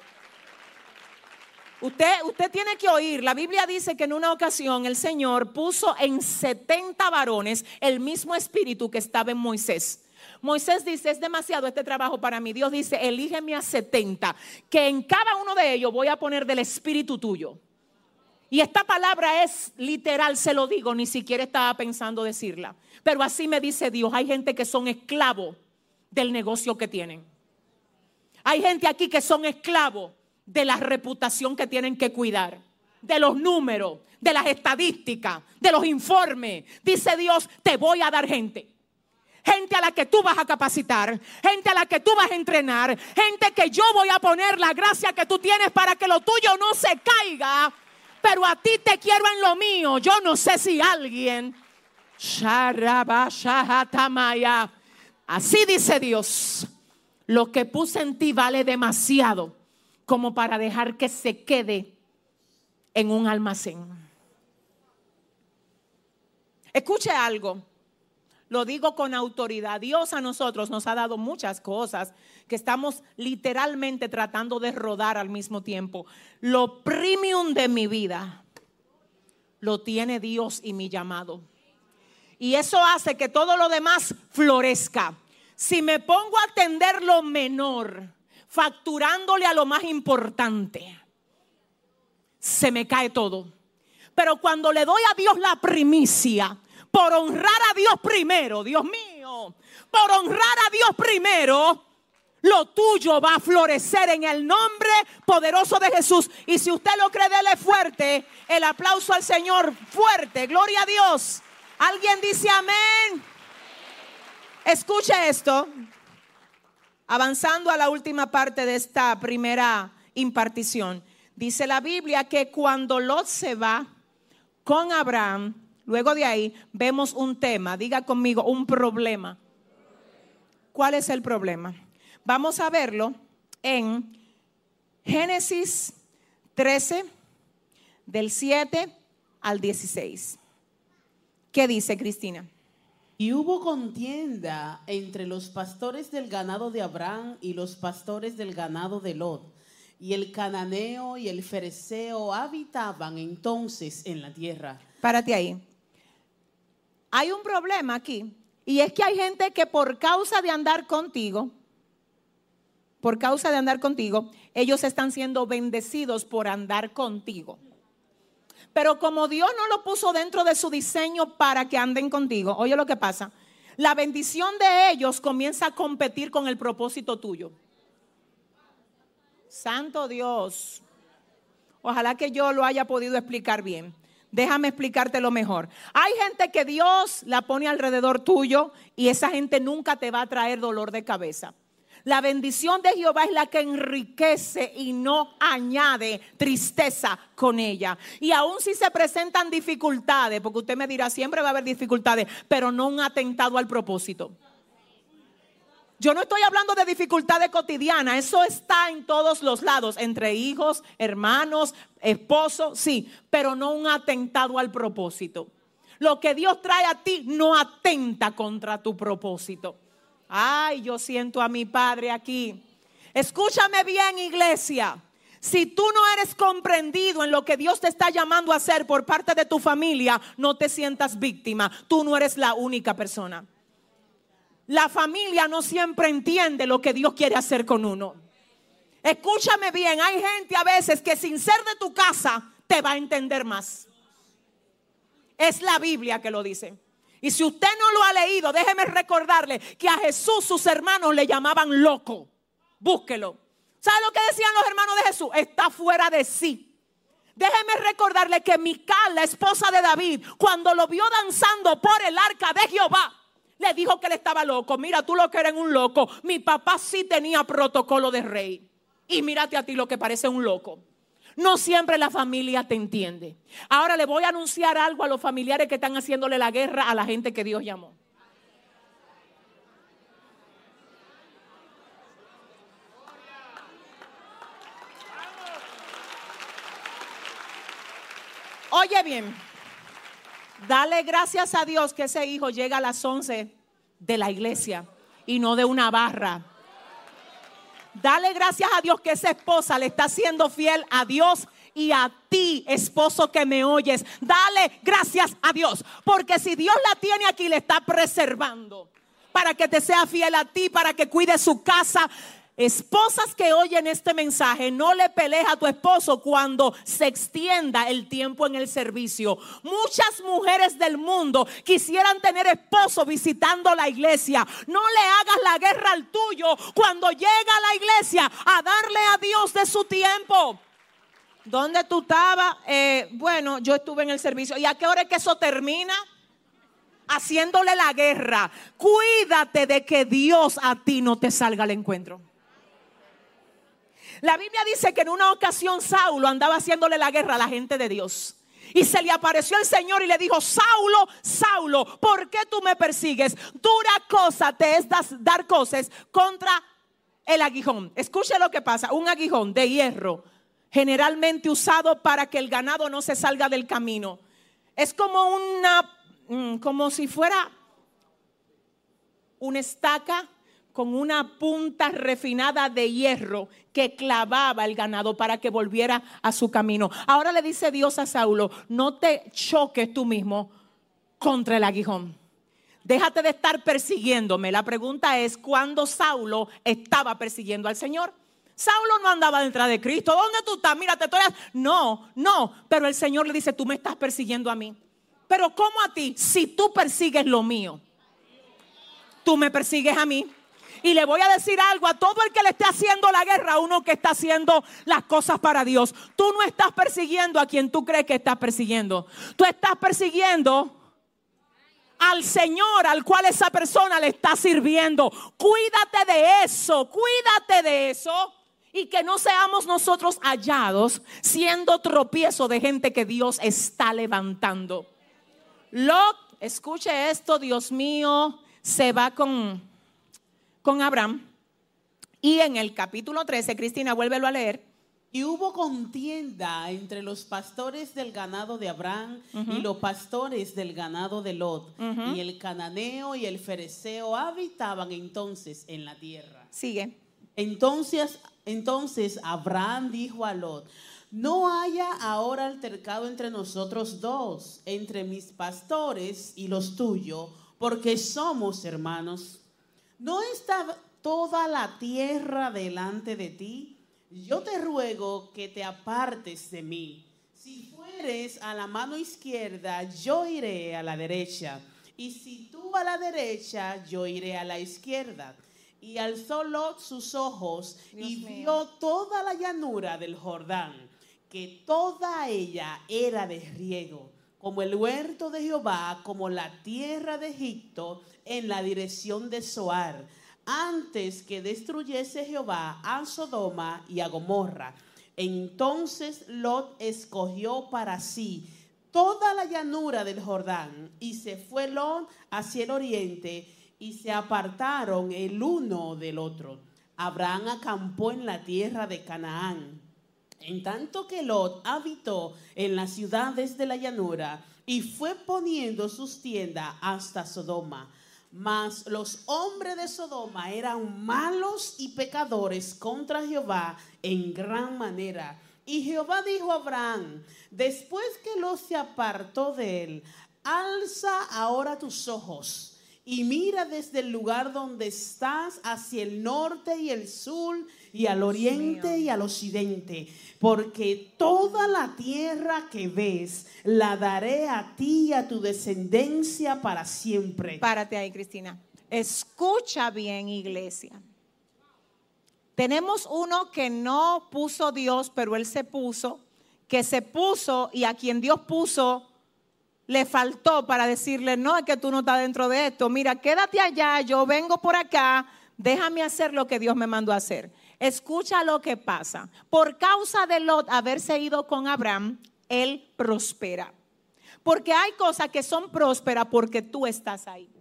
Usted tiene que oír, la Biblia dice que en una ocasión el Señor puso en 70 varones el mismo espíritu que estaba en Moisés. Moisés dice, es demasiado este trabajo para mí. Dios dice, elígeme a 70, que en cada uno de ellos voy a poner del espíritu tuyo. Y esta palabra es literal, se lo digo, ni siquiera estaba pensando decirla. Pero así me dice Dios, hay gente que son esclavos del negocio que tienen. Hay gente aquí que son esclavos de la reputación que tienen que cuidar, de los números, de las estadísticas, de los informes. Dice Dios, te voy a dar gente a la que tú vas a capacitar, gente a la que tú vas a entrenar, gente que yo voy a poner la gracia que tú tienes para que lo tuyo no se caiga, pero a ti te quiero en lo mío. Yo no sé si alguien, así dice Dios, lo que puse en ti vale demasiado como para dejar que se quede en un almacén. Escuche algo, lo digo con autoridad. Dios a nosotros nos ha dado muchas cosas que estamos literalmente tratando de rodar al mismo tiempo. Lo premium de mi vida lo tiene Dios y mi llamado. Y eso hace que todo lo demás florezca. Si me pongo a atender lo menor, facturándole a lo más importante, se me cae todo. Pero cuando le doy a Dios la primicia, por honrar a Dios primero, Dios mío, por honrar a Dios primero, lo tuyo va a florecer en el nombre poderoso de Jesús. Y si usted lo cree, dele fuerte el aplauso al Señor, fuerte, gloria a Dios. ¿Alguien dice amén? Escuche esto. Avanzando a la última parte de esta primera impartición, dice la Biblia que cuando Lot se va con Abraham, luego de ahí vemos un tema, diga conmigo, un problema. ¿Cuál es el problema? Vamos a verlo en Génesis 13, del 7 al 16. ¿Qué dice, Cristina? Y hubo contienda entre los pastores del ganado de Abraham y los pastores del ganado de Lot. Y el cananeo y el fereceo habitaban entonces en la tierra. Párate ahí. Hay un problema aquí. Y es que hay gente que por causa de andar contigo, ellos están siendo bendecidos por andar contigo. Pero como Dios no lo puso dentro de su diseño para que anden contigo, oye lo que pasa. la bendición de ellos comienza a competir con el propósito tuyo. Santo Dios. Ojalá que yo lo haya podido explicar bien. Déjame explicártelo mejor. Hay gente que Dios la pone alrededor tuyo y esa gente nunca te va a traer dolor de cabeza. La bendición de Jehová es la que enriquece y no añade tristeza con ella. Y aún si se presentan dificultades, porque usted me dirá, siempre va a haber dificultades, pero no un atentado al propósito. Yo no estoy hablando de dificultades cotidianas, eso está en todos los lados, entre hijos, hermanos, esposos, sí, pero no un atentado al propósito. Lo que Dios trae a ti no atenta contra tu propósito. Ay, yo siento a mi Padre aquí. Escúchame bien, iglesia. Si tú no eres comprendido en lo que Dios te está llamando a hacer por parte de tu familia, no te sientas víctima. Tú no eres la única persona. La familia no siempre entiende lo que Dios quiere hacer con uno. Escúchame bien, hay gente a veces que sin ser de tu casa te va a entender más. Es la Biblia que lo dice. Y si usted no lo ha leído, déjeme recordarle que a Jesús sus hermanos le llamaban loco. Búsquelo. ¿Sabe lo que decían los hermanos de Jesús? Está fuera de sí. Déjeme recordarle que Mical, la esposa de David, cuando lo vio danzando por el arca de Jehová, le dijo que él estaba loco. Mira, tú lo que eres un loco. Mi papá sí tenía protocolo de rey. Y mírate a ti lo que parece un loco. No siempre la familia te entiende. Ahora le voy a anunciar algo a los familiares que están haciéndole la guerra a la gente que Dios llamó. Oye bien, dale gracias a Dios que ese hijo llega a las 11 de la iglesia y no de una barra. Dale gracias a Dios que esa esposa le está siendo fiel a Dios y a ti, esposo que me oyes. Dale gracias a Dios, porque si Dios la tiene aquí, le está preservando para que te sea fiel a ti, para que cuide su casa. Esposas que oyen este mensaje, no le pelees a tu esposo cuando se extienda el tiempo en el servicio. Muchas mujeres del mundo quisieran tener esposo visitando la iglesia. No le hagas la guerra al tuyo cuando llega a la iglesia a darle a Dios de su tiempo. ¿Dónde tú estabas? Bueno, yo estuve en el servicio. ¿Y a qué hora es que eso termina? Haciéndole la guerra. Cuídate de que Dios a ti no te salga al encuentro. La Biblia dice que en una ocasión Saulo andaba haciéndole la guerra a la gente de Dios. Y se le apareció el Señor y le dijo: Saulo, Saulo, ¿por qué tú me persigues? Dura cosa te es dar cosas contra el aguijón. Escuche lo que pasa. Un aguijón de hierro, generalmente usado para que el ganado no se salga del camino. Es como si fuera una estaca con una punta refinada de hierro que clavaba el ganado para que volviera a su camino. Ahora le dice Dios a Saulo: no te choques tú mismo contra el aguijón. Déjate de estar persiguiéndome. La pregunta es: ¿cuándo Saulo estaba persiguiendo al Señor? Saulo no andaba detrás de Cristo. ¿Dónde tú estás? Mira, te estoy... No, pero el Señor le dice: tú me estás persiguiendo a mí. Pero ¿cómo a ti? Si tú persigues lo mío, tú me persigues a mí. Y le voy a decir algo a todo el que le esté haciendo la guerra, a uno que está haciendo las cosas para Dios. Tú no estás persiguiendo a quien tú crees que estás persiguiendo. Tú estás persiguiendo al Señor al cual esa persona le está sirviendo. Cuídate de eso, y que no seamos nosotros hallados siendo tropiezo de gente que Dios está levantando. Lot, escuche esto, Dios mío, se va con Abraham, y en el capítulo 13, Cristina, vuélvelo a leer. Y hubo contienda entre los pastores del ganado de Abraham y los pastores del ganado de Lot. Y el cananeo y el fereceo habitaban entonces en la tierra. Sigue. Entonces Abraham dijo a Lot: no haya ahora altercado entre nosotros dos, entre mis pastores y los tuyos, porque somos hermanos. ¿No está toda la tierra delante de ti? Yo te ruego que te apartes de mí. Si fueres a la mano izquierda, yo iré a la derecha. y si tú a la derecha, yo iré a la izquierda. Y alzó Lot sus ojos y vio toda la llanura del Jordán, que toda ella era de riego, como el huerto de Jehová, como la tierra de Egipto, en la dirección de Zoar, antes que destruyese Jehová a Sodoma y a Gomorra. Entonces Lot escogió para sí toda la llanura del Jordán, y se fue Lot hacia el oriente, y se apartaron el uno del otro. Abraham acampó en la tierra de Canaán, en tanto que Lot habitó en las ciudades de la llanura, y fue poniendo sus tiendas hasta Sodoma. Mas los hombres de Sodoma eran malos y pecadores contra Jehová en gran manera. Y Jehová dijo a Abraham, después que Lot se apartó de él, alza ahora tus ojos y mira desde el lugar donde estás hacia el norte y el sur y al oriente y al occidente, porque toda la tierra que ves la daré a ti y a tu descendencia para siempre. Párate ahí, Cristina. Escucha bien, iglesia. Tenemos uno que no puso Dios, pero él se puso, que se puso, y a quien Dios puso le faltó para decirle, no, es que tú no estás dentro de esto. Mira, quédate allá, yo vengo por acá, déjame hacer lo que Dios me mandó a hacer. Escucha lo que pasa. Por causa de Lot haberse ido con Abraham, él prospera. Porque hay cosas que son prósperas porque tú estás ahí.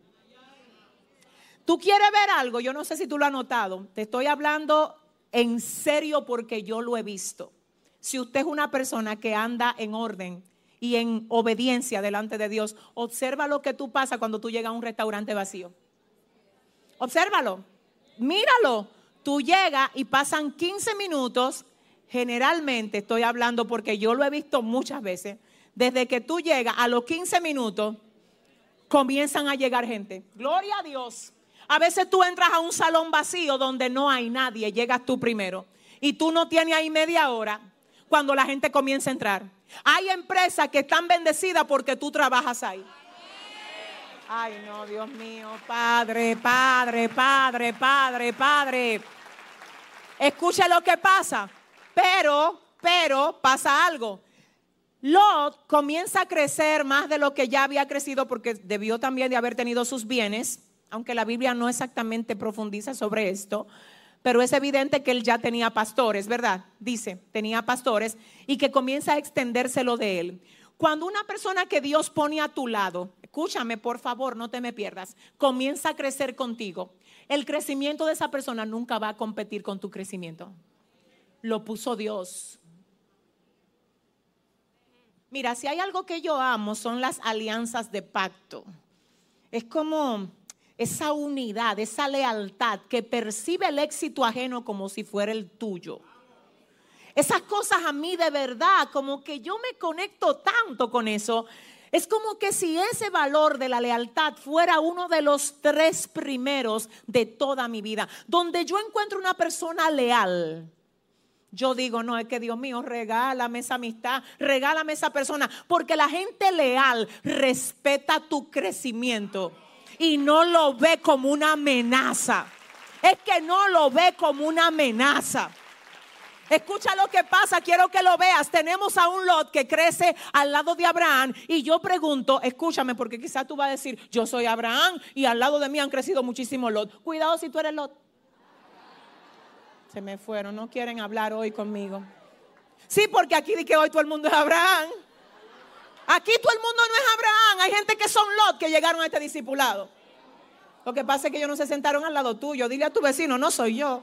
Tú quieres ver algo, yo no sé si tú lo has notado. Te estoy hablando en serio porque yo lo he visto. Si usted es una persona que anda en orden y en obediencia delante de Dios, observa lo que tú pasa cuando tú llegas a un restaurante vacío. Obsérvalo, míralo. Tú llegas y pasan 15 minutos, generalmente estoy hablando porque yo lo he visto muchas veces, desde que tú llegas a los 15 minutos, comienzan a llegar gente. Gloria a Dios. A veces tú entras a un salón vacío donde no hay nadie, llegas tú primero y tú no tienes ahí media hora cuando la gente comienza a entrar. Hay empresas que están bendecidas porque tú trabajas ahí. Ay, no, Dios mío, Padre, Padre, Padre, Padre, Padre. Escucha lo que pasa, pero pasa algo. Lot comienza a crecer más de lo que ya había crecido porque debió también de haber tenido sus bienes, aunque la Biblia no exactamente profundiza sobre esto, pero es evidente que él ya tenía pastores, ¿verdad? Dice, tenía pastores y que comienza a extenderse lo de él. Cuando una persona que Dios pone a tu lado, escúchame por favor, no te me pierdas, comienza a crecer contigo, el crecimiento de esa persona nunca va a competir con tu crecimiento. Lo puso Dios. Mira, si hay algo que yo amo son las alianzas de pacto. Es como esa unidad, esa lealtad que percibe el éxito ajeno como si fuera el tuyo. Esas cosas a mí de verdad, como que yo me conecto tanto con eso. Es como que si ese valor de la lealtad fuera uno de los 3 primeros de toda mi vida. Donde yo encuentro una persona leal, yo digo, no, es que Dios mío, regálame esa amistad, regálame esa persona. Porque la gente leal respeta tu crecimiento y no lo ve como una amenaza. Es que no lo ve como una amenaza. Escucha lo que pasa, quiero que lo veas. Tenemos a un Lot que crece al lado de Abraham. Y yo pregunto, escúchame, porque quizás tú vas a decir, yo soy Abraham y al lado de mí han crecido muchísimos Lot. Cuidado si tú eres Lot. Se me fueron, no quieren hablar hoy conmigo. Sí, porque aquí di que hoy todo el mundo es Abraham. Aquí todo el mundo no es Abraham. Hay gente que son Lot que llegaron a este discipulado. Lo que pasa es que ellos no se sentaron al lado tuyo. Dile a tu vecino, no soy yo.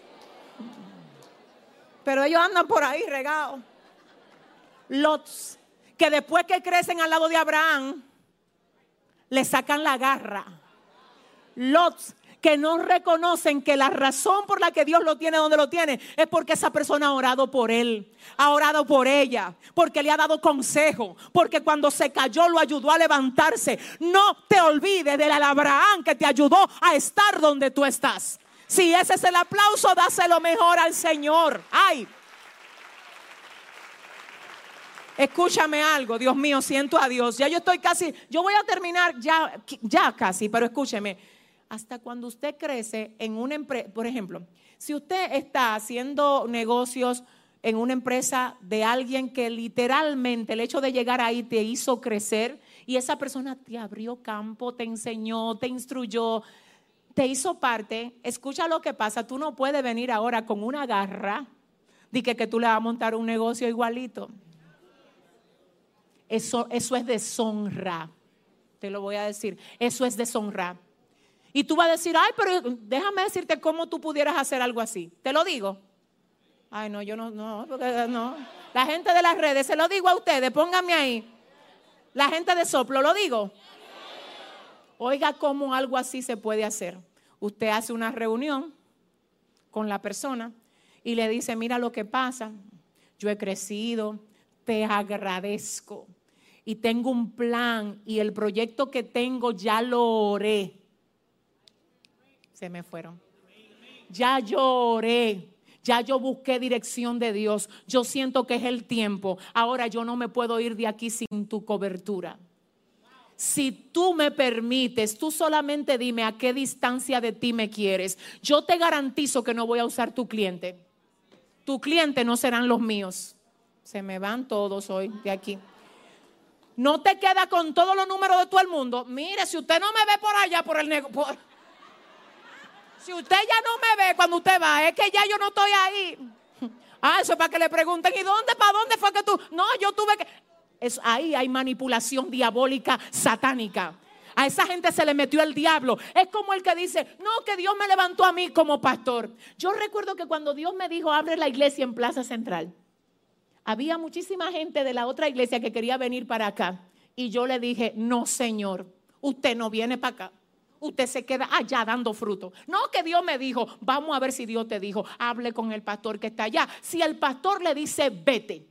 Pero ellos andan por ahí regados. Lots que después que crecen al lado de Abraham le sacan la garra. Lots que no reconocen que la razón por la que Dios lo tiene donde lo tiene es porque esa persona ha orado por él, ha orado por ella, porque le ha dado consejo, porque cuando se cayó lo ayudó a levantarse. No te olvides del Abraham que te ayudó a estar donde tú estás. Si ese es el aplauso, dáselo mejor al Señor. Ay. Escúchame algo, Dios mío, siento a Dios. Ya yo estoy casi, yo voy a terminar ya casi, pero escúcheme. Hasta cuando usted crece en una empresa, por ejemplo, si usted está haciendo negocios en una empresa de alguien que literalmente el hecho de llegar ahí te hizo crecer y esa persona te abrió campo, te enseñó, te instruyó, te hizo parte, escucha lo que pasa, tú no puedes venir ahora con una garra de que tú le vas a montar un negocio igualito. Eso es deshonra, te lo voy a decir, eso es deshonra. Y tú vas a decir, ay, pero déjame decirte cómo tú pudieras hacer algo así. Te lo digo. Ay, no, yo no. La gente de las redes, se lo digo a ustedes, pónganme ahí. La gente de Soplo, ¿lo digo? Oiga cómo algo así se puede hacer. Usted hace una reunión con la persona y le dice, mira lo que pasa, yo he crecido, te agradezco y tengo un plan y el proyecto que tengo ya lo oré. Se me fueron. Ya yo oré. Ya yo busqué dirección de Dios. Yo siento que es el tiempo. Ahora yo no me puedo ir de aquí sin tu cobertura. Si tú me permites, tú solamente dime a qué distancia de ti me quieres. Yo te garantizo que no voy a usar tu cliente. Tu cliente no serán los míos. Se me van todos hoy de aquí. No te queda con todos los números de todo el mundo. Mire, si usted no me ve por allá, por el negocio. Si usted ya no me ve cuando usted va, es que ya yo no estoy ahí. Eso es para que le pregunten, ¿y dónde, para dónde fue que tú? No, yo tuve que... ahí hay manipulación diabólica, satánica. A esa gente se le metió el diablo. Es como el que dice, no, que Dios me levantó a mí como pastor. Yo recuerdo que cuando Dios me dijo, abre la iglesia en Plaza Central, había muchísima gente de la otra iglesia que quería venir para acá. Y yo le dije, no, Señor, usted no viene para acá. Usted se queda allá dando fruto. No, que Dios me dijo, vamos a ver si Dios te dijo, hable con el pastor que está allá. Si el pastor le dice, vete,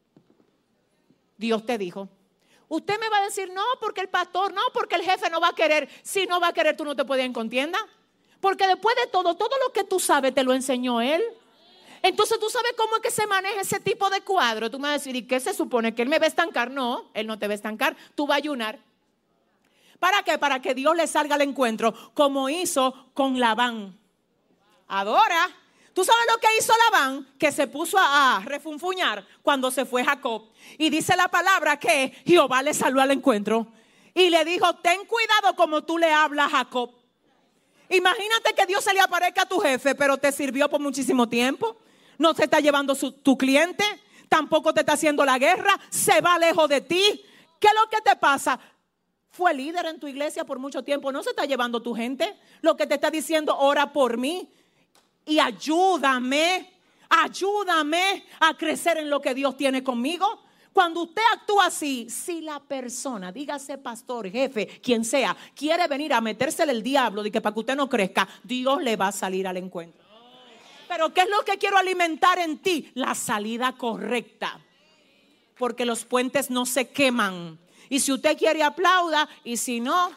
Dios te dijo. Usted me va a decir, no, porque el pastor, no, porque el jefe no va a querer. Si no va a querer, tú no te puedes en contienda. Porque después de todo lo que tú sabes te lo enseñó Él. Entonces tú sabes cómo es que se maneja ese tipo de cuadro. Tú me vas a decir, ¿y qué se supone? ¿Que Él me va a estancar? No, Él no te va a estancar, tú vas a ayunar. ¿Para qué? Para que Dios le salga al encuentro, como hizo con Labán. Adora. ¿Tú sabes lo que hizo Labán? Que se puso a refunfuñar cuando se fue Jacob. Y dice la palabra que Jehová le salió al encuentro. Y le dijo, ten cuidado como tú le hablas a Jacob. Imagínate que Dios se le aparezca a tu jefe, pero te sirvió por muchísimo tiempo. No te está llevando tu cliente. Tampoco te está haciendo la guerra. Se va lejos de ti. ¿Qué es lo que te pasa? Fue líder en tu iglesia por mucho tiempo. No se está llevando tu gente. Lo que te está diciendo, ora por mí y ayúdame a crecer en lo que Dios tiene conmigo. Cuando usted actúa así, si la persona, dígase pastor, jefe, quien sea, quiere venir a metérsele el diablo de que para que usted no crezca, Dios le va a salir al encuentro. Pero ¿qué es lo que quiero alimentar en ti? La salida correcta. Porque los puentes no se queman. Y si usted quiere, aplauda. Y si no,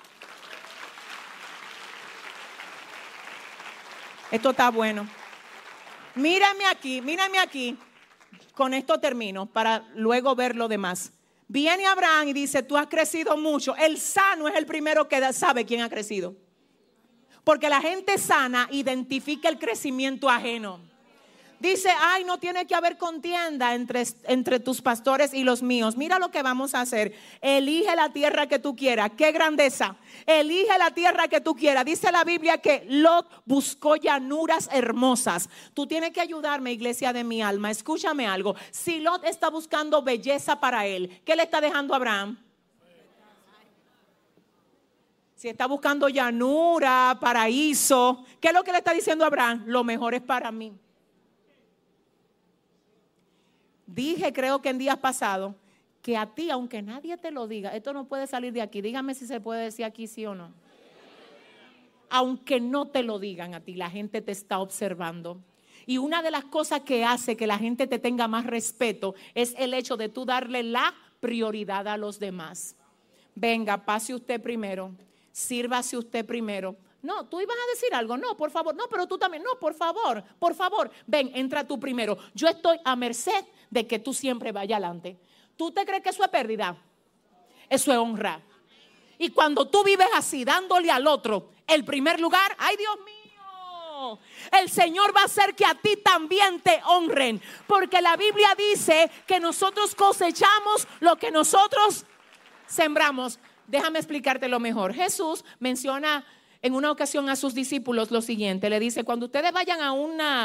esto está bueno. Mírame aquí. Con esto termino para luego ver lo demás. Viene Abraham y dice, tú has crecido mucho. El sano es el primero que sabe quién ha crecido. Porque la gente sana identifica el crecimiento ajeno. Dice, ay, no tiene que haber contienda entre tus pastores y los míos. Mira lo que vamos a hacer. Elige la tierra que tú quieras. ¡Qué grandeza! Elige la tierra que tú quieras. Dice la Biblia que Lot buscó llanuras hermosas. Tú tienes que ayudarme, iglesia de mi alma. Escúchame algo. Si Lot está buscando belleza para él, ¿qué le está dejando a Abraham? Si está buscando llanura, paraíso, ¿qué es lo que le está diciendo a Abraham? Lo mejor es para mí. Dije, creo que en días pasados, que a ti, aunque nadie te lo diga, esto no puede salir de aquí. Dígame si se puede decir aquí sí o no. Aunque no te lo digan a ti, la gente te está observando. Y una de las cosas que hace que la gente te tenga más respeto es el hecho de tú darle la prioridad a los demás. Venga, pase usted primero, sírvase usted primero. No, tú ibas a decir algo, no, por favor, no, pero tú también, no, por favor, ven, entra tú primero. Yo estoy a merced de que tú siempre vayas adelante. ¿Tú te crees que eso es pérdida? Eso es honra. Y cuando tú vives así, dándole al otro el primer lugar, ¡ay, Dios mío! El Señor va a hacer que a ti también te honren. Porque la Biblia dice que nosotros cosechamos lo que nosotros sembramos. Déjame explicarte lo mejor. Jesús menciona en una ocasión a sus discípulos lo siguiente. Le dice, cuando ustedes vayan a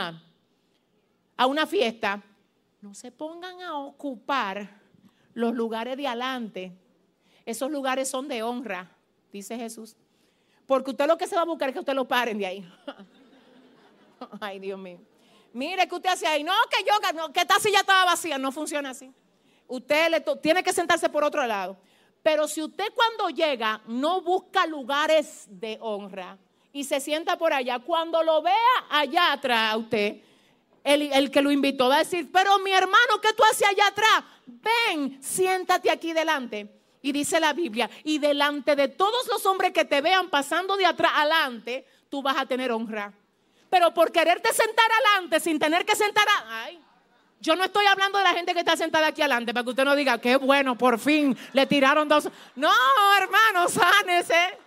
una fiesta, no se pongan a ocupar los lugares de adelante. Esos lugares son de honra, dice Jesús. Porque usted lo que se va a buscar es que usted lo paren de ahí. Ay, Dios mío. Mire, que usted hace ahí. No, que esta silla estaba vacía. No funciona así. Usted tiene que sentarse por otro lado. Pero si usted cuando llega no busca lugares de honra y se sienta por allá, cuando lo vea allá atrás a usted, el que lo invitó va a decir, pero mi hermano, ¿qué tú haces allá atrás? Ven, siéntate aquí delante. Y dice la Biblia, y delante de todos los hombres que te vean pasando de atrás adelante, tú vas a tener honra. Pero por quererte sentar adelante sin tener que sentar ay, yo no estoy hablando de la gente que está sentada aquí adelante, para que usted no diga, qué bueno, por fin le tiraron dos. No, hermano, sánese.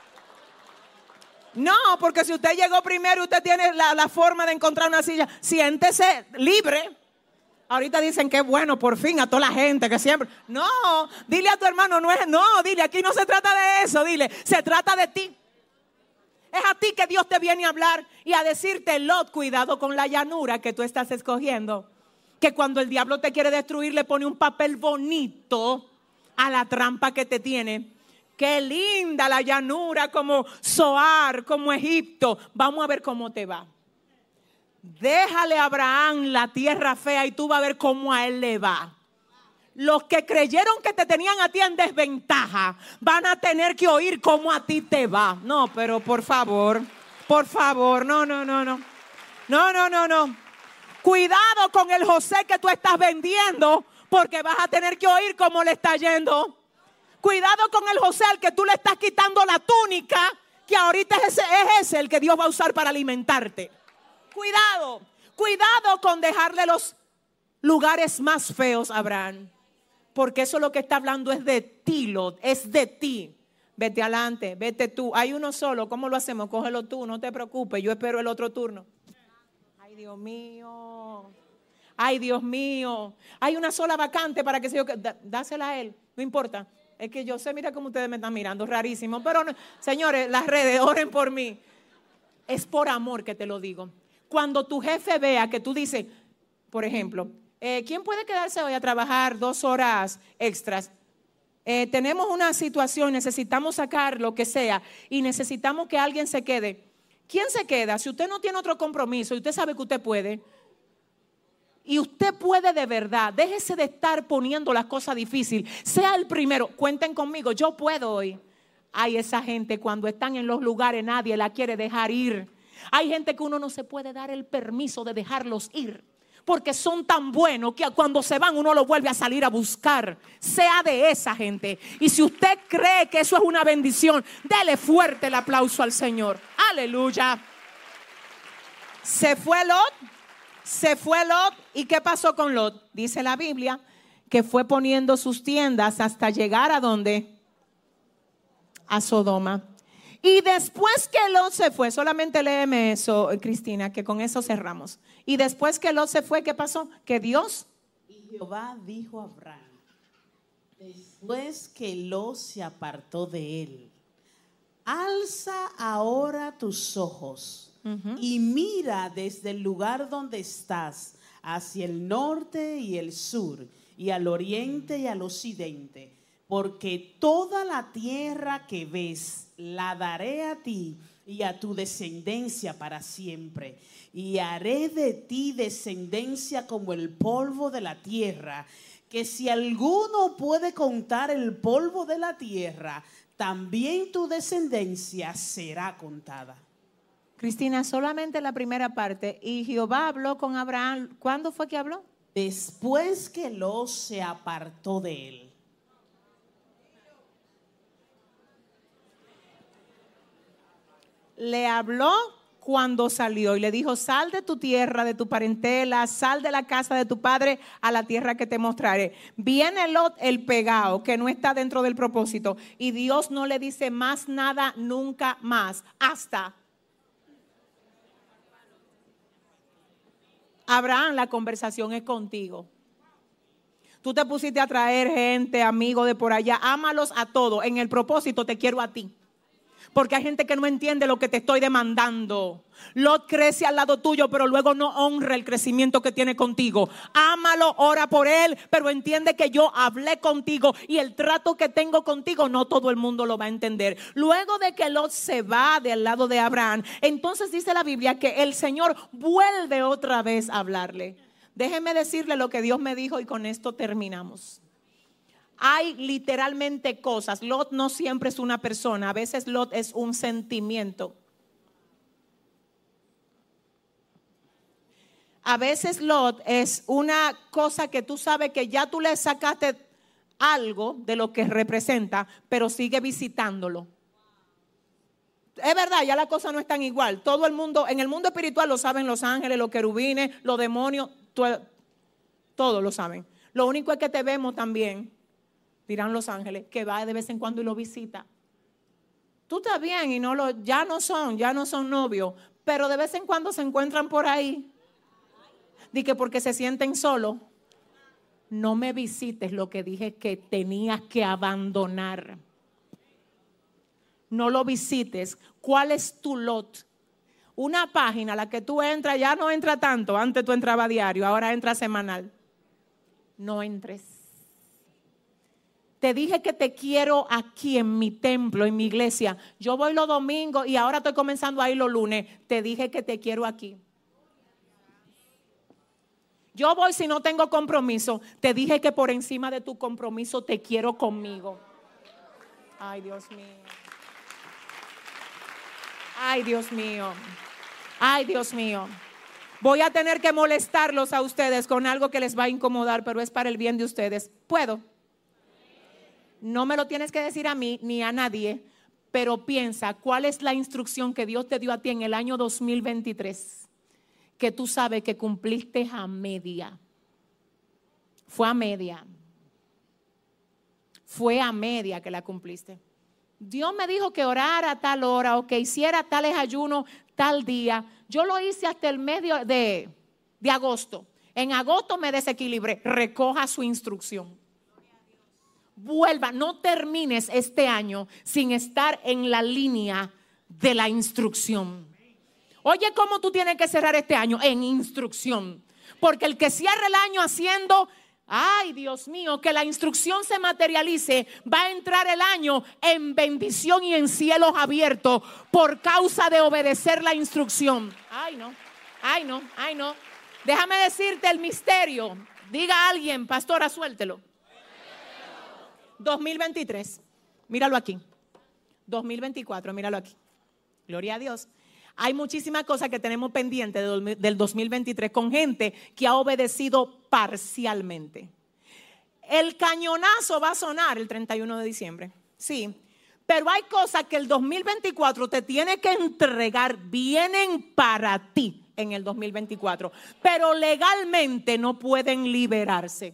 No, porque si usted llegó primero y usted tiene la forma de encontrar una silla, siéntese libre. Ahorita dicen que bueno, por fin, a toda la gente que siempre. No, dile a tu hermano, dile, aquí no se trata de eso, dile, se trata de ti. Es a ti que Dios te viene a hablar y a decirte, Lot, cuidado con la llanura que tú estás escogiendo. Que cuando el diablo te quiere destruir, le pone un papel bonito a la trampa que te tiene. Qué linda la llanura, como Zoar, como Egipto. Vamos a ver cómo te va. Déjale a Abraham la tierra fea y tú vas a ver cómo a él le va. Los que creyeron que te tenían a ti en desventaja van a tener que oír cómo a ti te va. No, pero por favor, no. Cuidado con el José que tú estás vendiendo, porque vas a tener que oír cómo le está yendo. Cuidado con el José al que tú le estás quitando la túnica, que ahorita es ese el que Dios va a usar para alimentarte. Cuidado con dejarle los lugares más feos a Abraham, porque eso lo que está hablando es de ti, Lot, es de ti. Vete adelante, vete tú. Hay uno solo, ¿cómo lo hacemos? Cógelo tú, no te preocupes, yo espero el otro turno. Ay, Dios mío. Hay una sola vacante para que se yo, dásela a él, no importa. Es que yo sé, mira cómo ustedes me están mirando, rarísimo. Pero no, señores, las redes, oren por mí. Es por amor que te lo digo. Cuando tu jefe vea que tú dices, por ejemplo, ¿quién puede quedarse hoy a trabajar 2 horas extras? Tenemos una situación, necesitamos sacar lo que sea y necesitamos que alguien se quede. ¿Quién se queda? Si usted no tiene otro compromiso y usted sabe que usted puede, y usted puede de verdad, déjese de estar poniendo las cosas difíciles, sea el primero, cuenten conmigo, yo puedo hoy. Hay esa gente cuando están en los lugares nadie la quiere dejar ir. Hay gente que uno no se puede dar el permiso de dejarlos ir, porque son tan buenos que cuando se van uno los vuelve a salir a buscar. Sea de esa gente. Y si usted cree que eso es una bendición, dele fuerte el aplauso al Señor. Aleluya. Se fue Lot. ¿Y qué pasó con Lot? Dice la Biblia que fue poniendo sus tiendas hasta llegar ¿a dónde? A Sodoma. Y después que Lot se fue, solamente léeme eso, Cristina, que con eso cerramos. Y después que Lot se fue, ¿qué pasó? Que Dios. Y Jehová dijo a Abraham, después que Lot se apartó de él, alza ahora tus ojos y mira desde el lugar donde estás hacia el norte y el sur y al oriente y al occidente, porque toda la tierra que ves la daré a ti y a tu descendencia para siempre, y haré de ti descendencia como el polvo de la tierra, que si alguno puede contar el polvo de la tierra, también tu descendencia será contada. Cristina, solamente la primera parte. Y Jehová habló con Abraham. ¿Cuándo fue que habló? Después que Lot se apartó de él. Le habló cuando salió y le dijo: sal de tu tierra, de tu parentela, sal de la casa de tu padre a la tierra que te mostraré. Viene Lot el pegado, que no está dentro del propósito, y Dios no le dice más nada nunca más. Hasta Abraham, la conversación es contigo. Tú te pusiste a traer gente, amigos de por allá. Ámalos a todos. En el propósito te quiero a ti. Porque hay gente que no entiende lo que te estoy demandando. Lot crece al lado tuyo, pero luego no honra el crecimiento que tiene contigo. Ámalo, ora por él, pero entiende que yo hablé contigo y el trato que tengo contigo no todo el mundo lo va a entender. Luego de que Lot se va del lado de Abraham, entonces dice la Biblia que el Señor vuelve otra vez a hablarle. Déjeme decirle lo que Dios me dijo y con esto terminamos. Hay literalmente cosas. Lot no siempre es una persona, a veces Lot es un sentimiento. A veces Lot es una cosa que tú sabes que ya tú le sacaste algo de lo que representa, pero sigue visitándolo. Es verdad, ya la cosa no es tan igual. Todo el mundo, en el mundo espiritual lo saben los ángeles, los querubines, los demonios, todos lo saben. Lo único es que te vemos también, dirán los ángeles, que va de vez en cuando y lo visita. Tú estás bien y ya no son novios, pero de vez en cuando se encuentran por ahí. Di que porque se sienten solos. No me visites lo que dije que tenías que abandonar. No lo visites. ¿Cuál es tu Lot? Una página a la que tú entras, ya no entra tanto. Antes tú entrabas diario, ahora entra semanal. No entres. Te dije que te quiero aquí en mi templo, en mi iglesia. Yo voy los domingos y ahora estoy comenzando a ir los lunes. Te dije que te quiero aquí. Yo voy si no tengo compromiso. Te dije que por encima de tu compromiso te quiero conmigo. Ay, Dios mío. Ay, Dios mío. Ay, Dios mío. Voy a tener que molestarlos a ustedes con algo que les va a incomodar, pero es para el bien de ustedes. ¿Puedo? No me lo tienes que decir a mí ni a nadie, pero piensa, ¿cuál es la instrucción que Dios te dio a ti en el año 2023? Que tú sabes que cumpliste a media. Fue a media. Fue a media que la cumpliste. Dios me dijo que orara a tal hora o que hiciera tales ayunos tal día. Yo lo hice hasta el medio de agosto. En agosto me desequilibré. Recoja su instrucción. Vuelva, no termines este año sin estar en la línea de la instrucción. Oye, ¿cómo tú tienes que cerrar este año? En instrucción. Porque el que cierra el año haciendo, ay, Dios mío, que la instrucción se materialice, va a entrar el año en bendición y en cielos abiertos por causa de obedecer la instrucción. Ay, no, ay, no, ay, no. Déjame decirte el misterio. Diga a alguien, pastora, suéltelo. 2023, míralo aquí. 2024, míralo aquí. Gloria a Dios. Hay muchísimas cosas que tenemos pendientes del 2023 con gente que ha obedecido parcialmente. El cañonazo va a sonar el 31 de diciembre, sí, pero hay cosas que el 2024 te tiene que entregar, vienen para ti en el 2024, pero legalmente no pueden liberarse.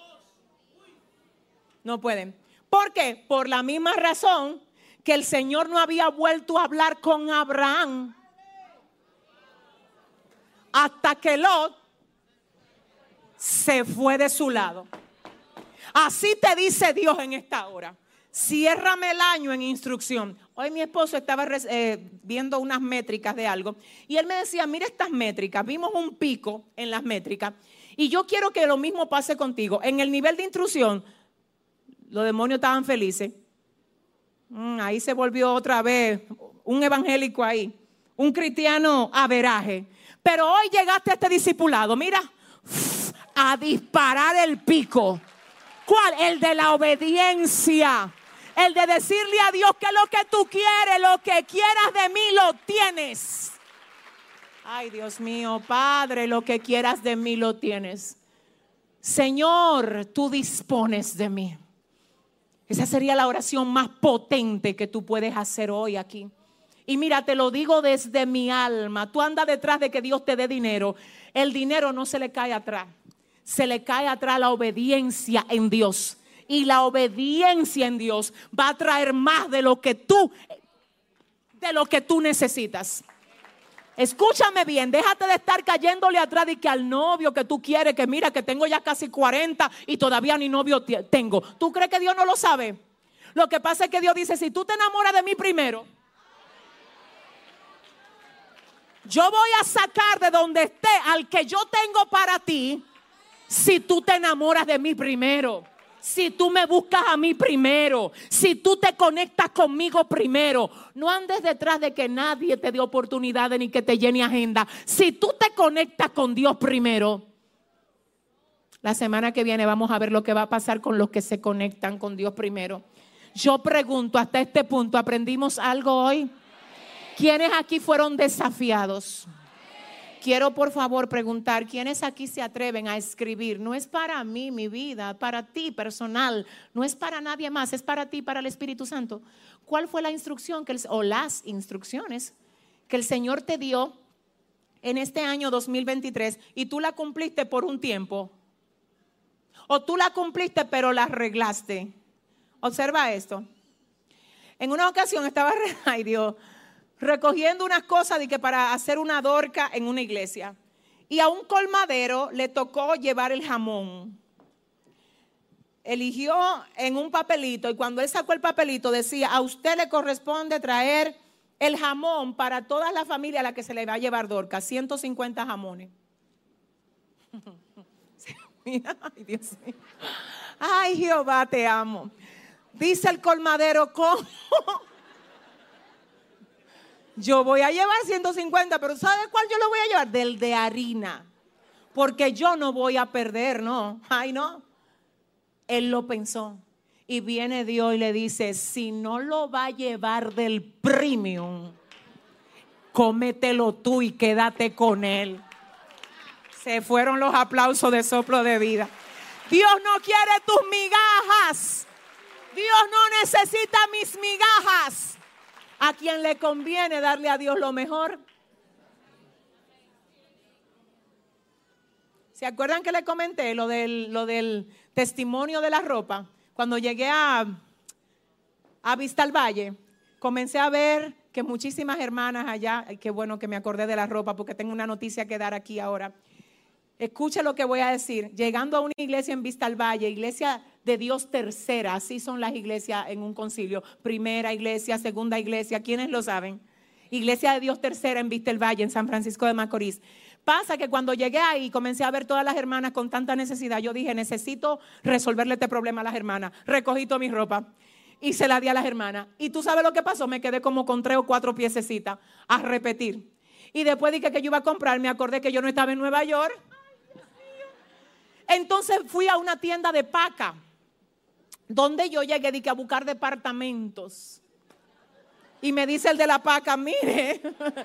No pueden. ¿Por qué? Por la misma razón que el Señor no había vuelto a hablar con Abraham hasta que Lot se fue de su lado. Así te dice Dios en esta hora. Ciérrame el año en instrucción. Hoy mi esposo estaba viendo unas métricas de algo y él me decía, mira estas métricas, vimos un pico en las métricas y yo quiero que lo mismo pase contigo. En el nivel de instrucción, los demonios estaban felices. Ahí se volvió otra vez un evangélico ahí, un cristiano averaje. Pero hoy llegaste a este discipulado, mira, a disparar el pico. ¿Cuál? El de la obediencia. El de decirle a Dios que lo que tú quieres, lo que quieras de mí, lo tienes. Ay, Dios mío, Padre, lo que quieras de mí, lo tienes. Señor, tú dispones de mí. Esa sería la oración más potente que tú puedes hacer hoy aquí. Y mira, te lo digo desde mi alma. Tú andas detrás de que Dios te dé dinero. El dinero no se le cae atrás. Se le cae atrás la obediencia en Dios. Y la obediencia en Dios va a traer más de lo que tú necesitas. Escúchame bien, déjate de estar cayéndole atrás de que al novio que tú quieres, que mira que tengo ya casi 40 y todavía ni novio tengo. ¿Tú crees que Dios no lo sabe? Lo que pasa es que Dios dice, si tú te enamoras de mí primero, yo voy a sacar de donde esté al que yo tengo para ti, si tú te enamoras de mí primero. Si tú me buscas a mí primero, si tú te conectas conmigo primero, no andes detrás de que nadie te dé oportunidades ni que te llene agenda. Si tú te conectas con Dios primero, la semana que viene vamos a ver lo que va a pasar con los que se conectan con Dios primero. Yo pregunto, hasta este punto, ¿aprendimos algo hoy? ¿Quiénes aquí fueron desafiados? Quiero por favor preguntar, ¿quiénes aquí se atreven a escribir? No es para mí, mi vida, para ti personal, no es para nadie más, es para ti, para el Espíritu Santo. ¿Cuál fue la instrucción o las instrucciones que el Señor te dio en este año 2023 y tú la cumpliste por un tiempo? ¿O tú la cumpliste pero la arreglaste? Observa esto. En una ocasión estaba, ay Dios, recogiendo unas cosas de que para hacer una dorca en una iglesia. Y a un colmadero le tocó llevar el jamón. Eligió en un papelito y cuando él sacó el papelito decía, a usted le corresponde traer el jamón para toda la familia a la que se le va a llevar dorca, 150 jamones. Mira, ay Dios mío. Ay Jehová, te amo. Dice el colmadero, ¿cómo? Yo voy a llevar 150, pero ¿sabe cuál yo lo voy a llevar? Del de harina. Porque yo no voy a perder, no. Ay, no. Él lo pensó. Y viene Dios y le dice, si no lo va a llevar del premium, cómetelo tú y quédate con él. Se fueron los aplausos de soplo de vida. Dios no quiere tus migajas. Dios no necesita mis migajas. A quien le conviene darle a Dios lo mejor. ¿Se acuerdan que le comenté lo del testimonio de la ropa? Cuando llegué a Vista al Valle, comencé a ver que muchísimas hermanas allá, qué bueno que me acordé de la ropa porque tengo una noticia que dar aquí ahora. Escuche lo que voy a decir. Llegando a una iglesia en Vista al Valle, iglesia de Dios tercera, así son las iglesias en un concilio. Primera iglesia, segunda iglesia, ¿quiénes lo saben? Iglesia de Dios tercera en Vista al Valle, en San Francisco de Macorís. Pasa que cuando llegué ahí comencé a ver todas las hermanas con tanta necesidad. Yo dije, necesito resolverle este problema a las hermanas. Recogí toda mi ropa y se la di a las hermanas. Y tú sabes lo que pasó, me quedé como con 3 o 4 piececitas a repetir. Y después dije que yo iba a comprar, me acordé que yo no estaba en Nueva York. Entonces fui a una tienda de paca, donde yo llegué a buscar departamentos. Y me dice el de la paca, mire,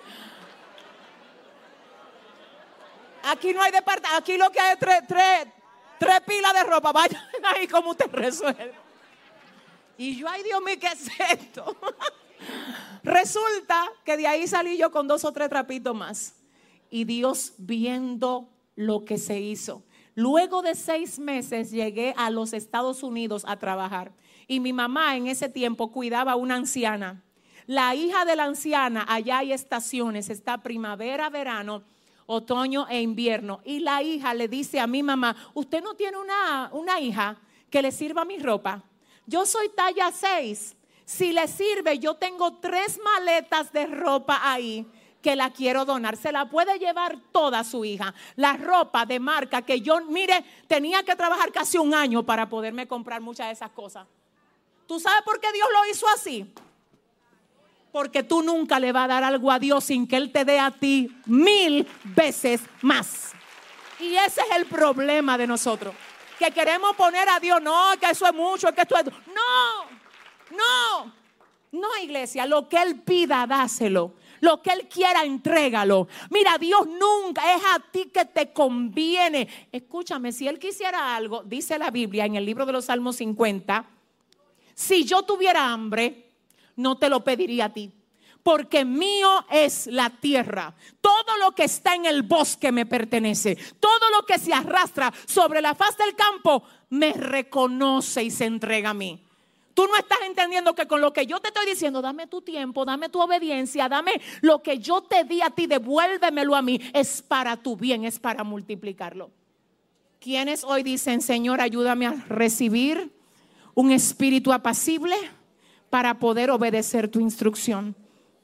aquí no hay departamento, aquí lo que hay es tres pilas de ropa, vayan ahí como usted resuelve. Y yo, ay Dios mío, ¿qué es esto? Resulta que de ahí salí yo con 2 o 3 trapitos más. Y Dios viendo lo que se hizo. Luego de 6 meses llegué a los Estados Unidos a trabajar y mi mamá en ese tiempo cuidaba a una anciana. La hija de la anciana, allá hay estaciones, está primavera, verano, otoño e invierno. Y la hija le dice a mi mamá, ¿usted no tiene una hija que le sirva mi ropa? Yo soy talla 6. Si le sirve, yo tengo 3 maletas de ropa ahí que la quiero donar. Se la puede llevar toda su hija. La ropa de marca que yo, mire, tenía que trabajar casi 1 año para poderme comprar muchas de esas cosas. ¿Tú sabes por qué Dios lo hizo así? Porque tú nunca le vas a dar algo a Dios sin que Él te dé a ti 1000 veces más. Y ese es el problema de nosotros. Que queremos poner a Dios, no, que eso es mucho, que esto es... No, iglesia, lo que Él pida, dáselo. Lo que Él quiera, entrégalo. Mira, Dios nunca, es a ti que te conviene. Escúchame, si Él quisiera algo, dice la Biblia en el libro de los Salmos 50, si yo tuviera hambre, no te lo pediría a ti. porque mío es la tierra. Todo lo que está en el bosque me pertenece. Todo lo que se arrastra sobre la faz del campo me reconoce y se entrega a mí. Tú no estás entendiendo que con lo que yo te estoy diciendo, dame tu tiempo, dame tu obediencia, dame lo que yo te di a ti, devuélvemelo a mí. Es para tu bien, es para multiplicarlo. ¿Quiénes hoy dicen, Señor, ayúdame a recibir un espíritu apacible para poder obedecer tu instrucción?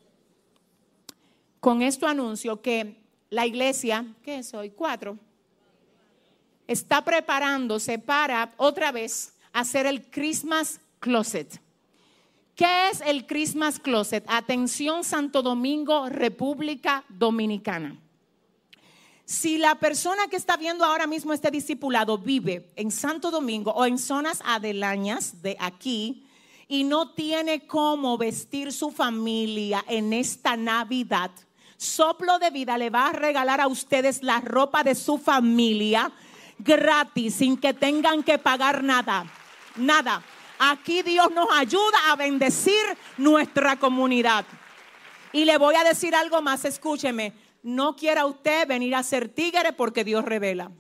Con esto anuncio que la iglesia, ¿qué es hoy? 4, está preparándose para otra vez hacer el Christmas Closet. ¿Qué es el Christmas Closet? Atención, Santo Domingo, República Dominicana. Si la persona que está viendo ahora mismo este discipulado vive en Santo Domingo o en zonas aledañas de aquí y no tiene cómo vestir su familia en esta Navidad, Soplo de Vida le va a regalar a ustedes la ropa de su familia gratis, sin que tengan que pagar nada. Nada. Aquí Dios nos ayuda a bendecir nuestra comunidad. Y le voy a decir algo más, escúcheme. No quiera usted venir a ser tigre porque Dios revela.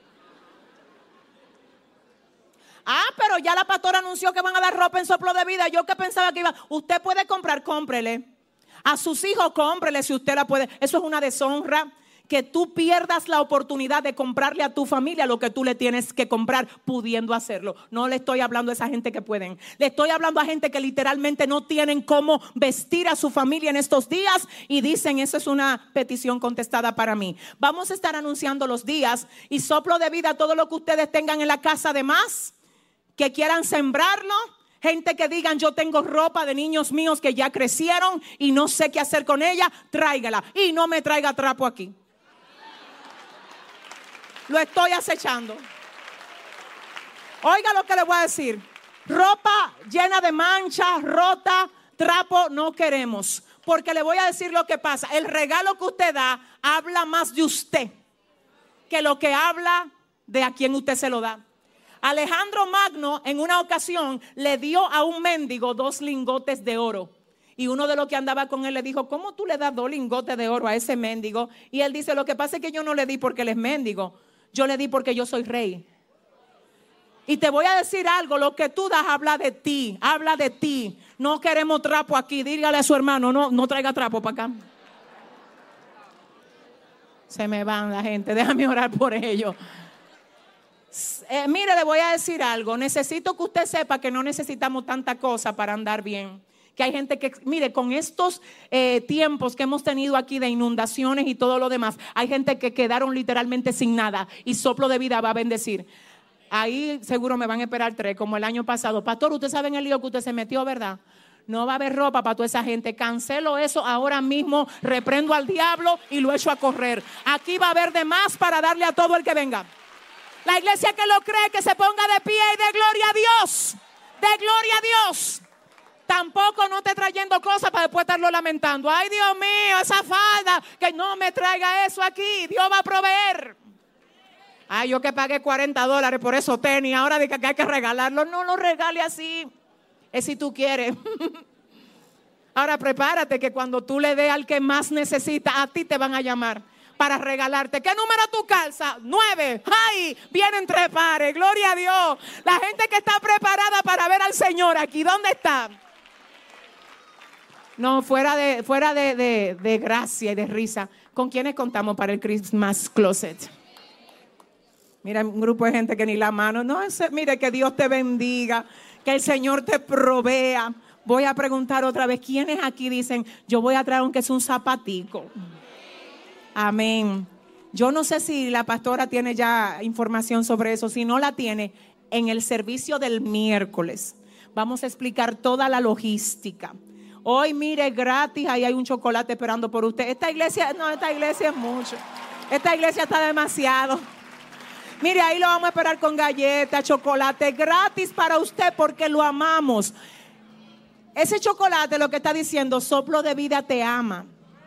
Pero ya la pastora anunció que van a dar ropa en Soplo de Vida. Yo que pensaba que iba. Usted puede comprar, cómprele. A sus hijos cómprele si usted la puede. Eso es una deshonra. Que tú pierdas la oportunidad de comprarle a tu familia lo que tú le tienes que comprar pudiendo hacerlo. No le estoy hablando a esa gente que pueden. Le estoy hablando a gente que literalmente no tienen cómo vestir a su familia en estos días y dicen, eso es una petición contestada para mí. Vamos a estar anunciando los días y Soplo de Vida, todo lo que ustedes tengan en la casa de más, que quieran sembrarlo. Gente que digan, yo tengo ropa de niños míos que ya crecieron y no sé qué hacer con ella, tráigala y no me traiga trapo aquí. Lo estoy acechando. Oiga lo que le voy a decir. Ropa llena de manchas, rota, trapo, no queremos. Porque le voy a decir lo que pasa. El regalo que usted da habla más de usted que lo que habla de a quien usted se lo da. Alejandro Magno en una ocasión le dio a un mendigo 2 lingotes de oro. Y uno de los que andaba con él le dijo, ¿cómo tú le das 2 lingotes de oro a ese mendigo? Y él dice, lo que pasa es que yo no le di porque él es mendigo. Yo le di porque yo soy rey. Y te voy a decir algo, lo que tú das habla de ti, habla de ti. No queremos trapo aquí, dígale a su hermano, no traiga trapo para acá. Se me van la gente, déjame orar por ellos. Mire, le voy a decir algo, necesito que usted sepa que no necesitamos tanta cosa para andar bien. Que hay gente que, mire, con estos tiempos que hemos tenido aquí de inundaciones y todo lo demás, hay gente que quedaron literalmente sin nada y Soplo de Vida va a bendecir. Ahí seguro me van a esperar 3, como el año pasado. Pastor, usted sabe en el lío que usted se metió, ¿verdad? No va a haber ropa para toda esa gente. Cancelo eso ahora mismo, reprendo al diablo y lo echo a correr. Aquí va a haber de más para darle a todo el que venga. La iglesia que lo cree, que se ponga de pie y de gloria a Dios. De gloria a Dios. Tampoco no esté trayendo cosas para después estarlo lamentando. Ay, Dios mío, esa falda, que no me traiga eso aquí. Dios va a proveer. Ay, yo que pagué $40 por esos tenis, ahora de que hay que regalarlo. No lo regale así. Es si tú quieres. Ahora prepárate que cuando tú le des al que más necesita, a ti te van a llamar para regalarte. ¿Qué número tú calzas? 9. ¡Ay! Vienen 3 pares. Gloria a Dios. La gente que está preparada para ver al Señor aquí, ¿dónde está? No, fuera de gracia y de risa. ¿Con quiénes contamos para el Christmas Closet? Mira, un grupo de gente que ni la mano. No, mire, que Dios te bendiga. Que el Señor te provea. Voy a preguntar otra vez. ¿Quiénes aquí dicen, yo voy a traer aunque sea un zapatico? Amén. Yo no sé si la pastora tiene ya información sobre eso. Si no la tiene, en el servicio del miércoles vamos a explicar toda la logística. Hoy, mire, gratis, ahí hay un chocolate esperando por usted. Esta iglesia es mucho. Esta iglesia está demasiado. Mire, ahí lo vamos a esperar con galletas, chocolate gratis para usted porque lo amamos. Ese chocolate lo que está diciendo, Soplo de Vida te ama.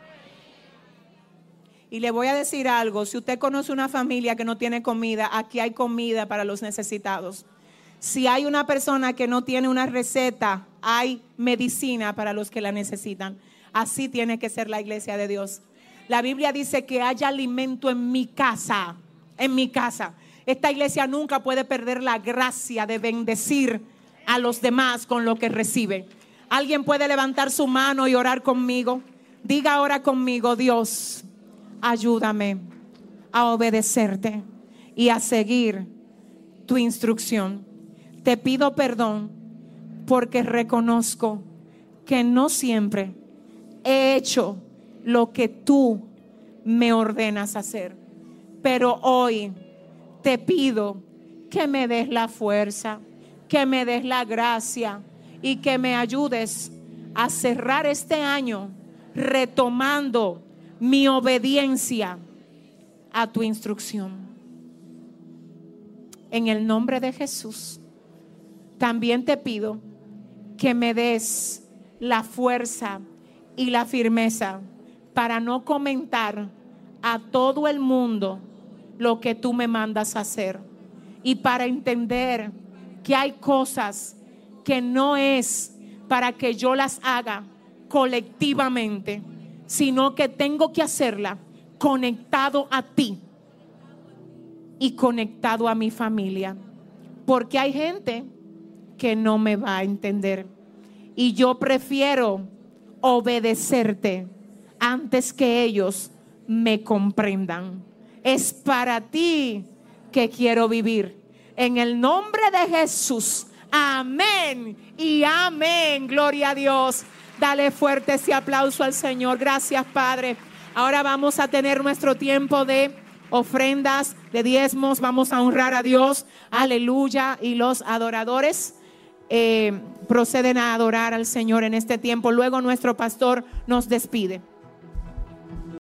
Y le voy a decir algo, si usted conoce una familia que no tiene comida, aquí hay comida para los necesitados. Si hay una persona que no tiene una receta, hay medicina para los que la necesitan. Así tiene que ser la iglesia de Dios. La Biblia dice que haya alimento en mi casa. En mi casa. Esta iglesia nunca puede perder la gracia de bendecir a los demás con lo que recibe. ¿Alguien puede levantar su mano y orar conmigo? Diga ahora conmigo: Dios, ayúdame a obedecerte y a seguir tu instrucción. Te pido perdón porque reconozco que no siempre he hecho lo que tú me ordenas hacer. Pero hoy te pido que me des la fuerza, que me des la gracia y que me ayudes a cerrar este año retomando mi obediencia a tu instrucción. En el nombre de Jesús, también te pido que me des la fuerza y la firmeza para no comentar a todo el mundo lo que tú me mandas a hacer, y para entender que hay cosas que no es para que yo las haga colectivamente, sino que tengo que hacerla conectado a ti y conectado a mi familia, porque hay gente que no me va a entender y yo prefiero obedecerte antes que ellos me comprendan. Es para ti que quiero vivir. En el nombre de Jesús. Amén y amén. Gloria a Dios. Dale fuerte ese aplauso al Señor. Gracias, Padre. Ahora vamos a tener nuestro tiempo de ofrendas, de diezmos. Vamos a honrar a Dios. Aleluya. Y los adoradores proceden a adorar al Señor en este tiempo. Luego nuestro pastor nos despide.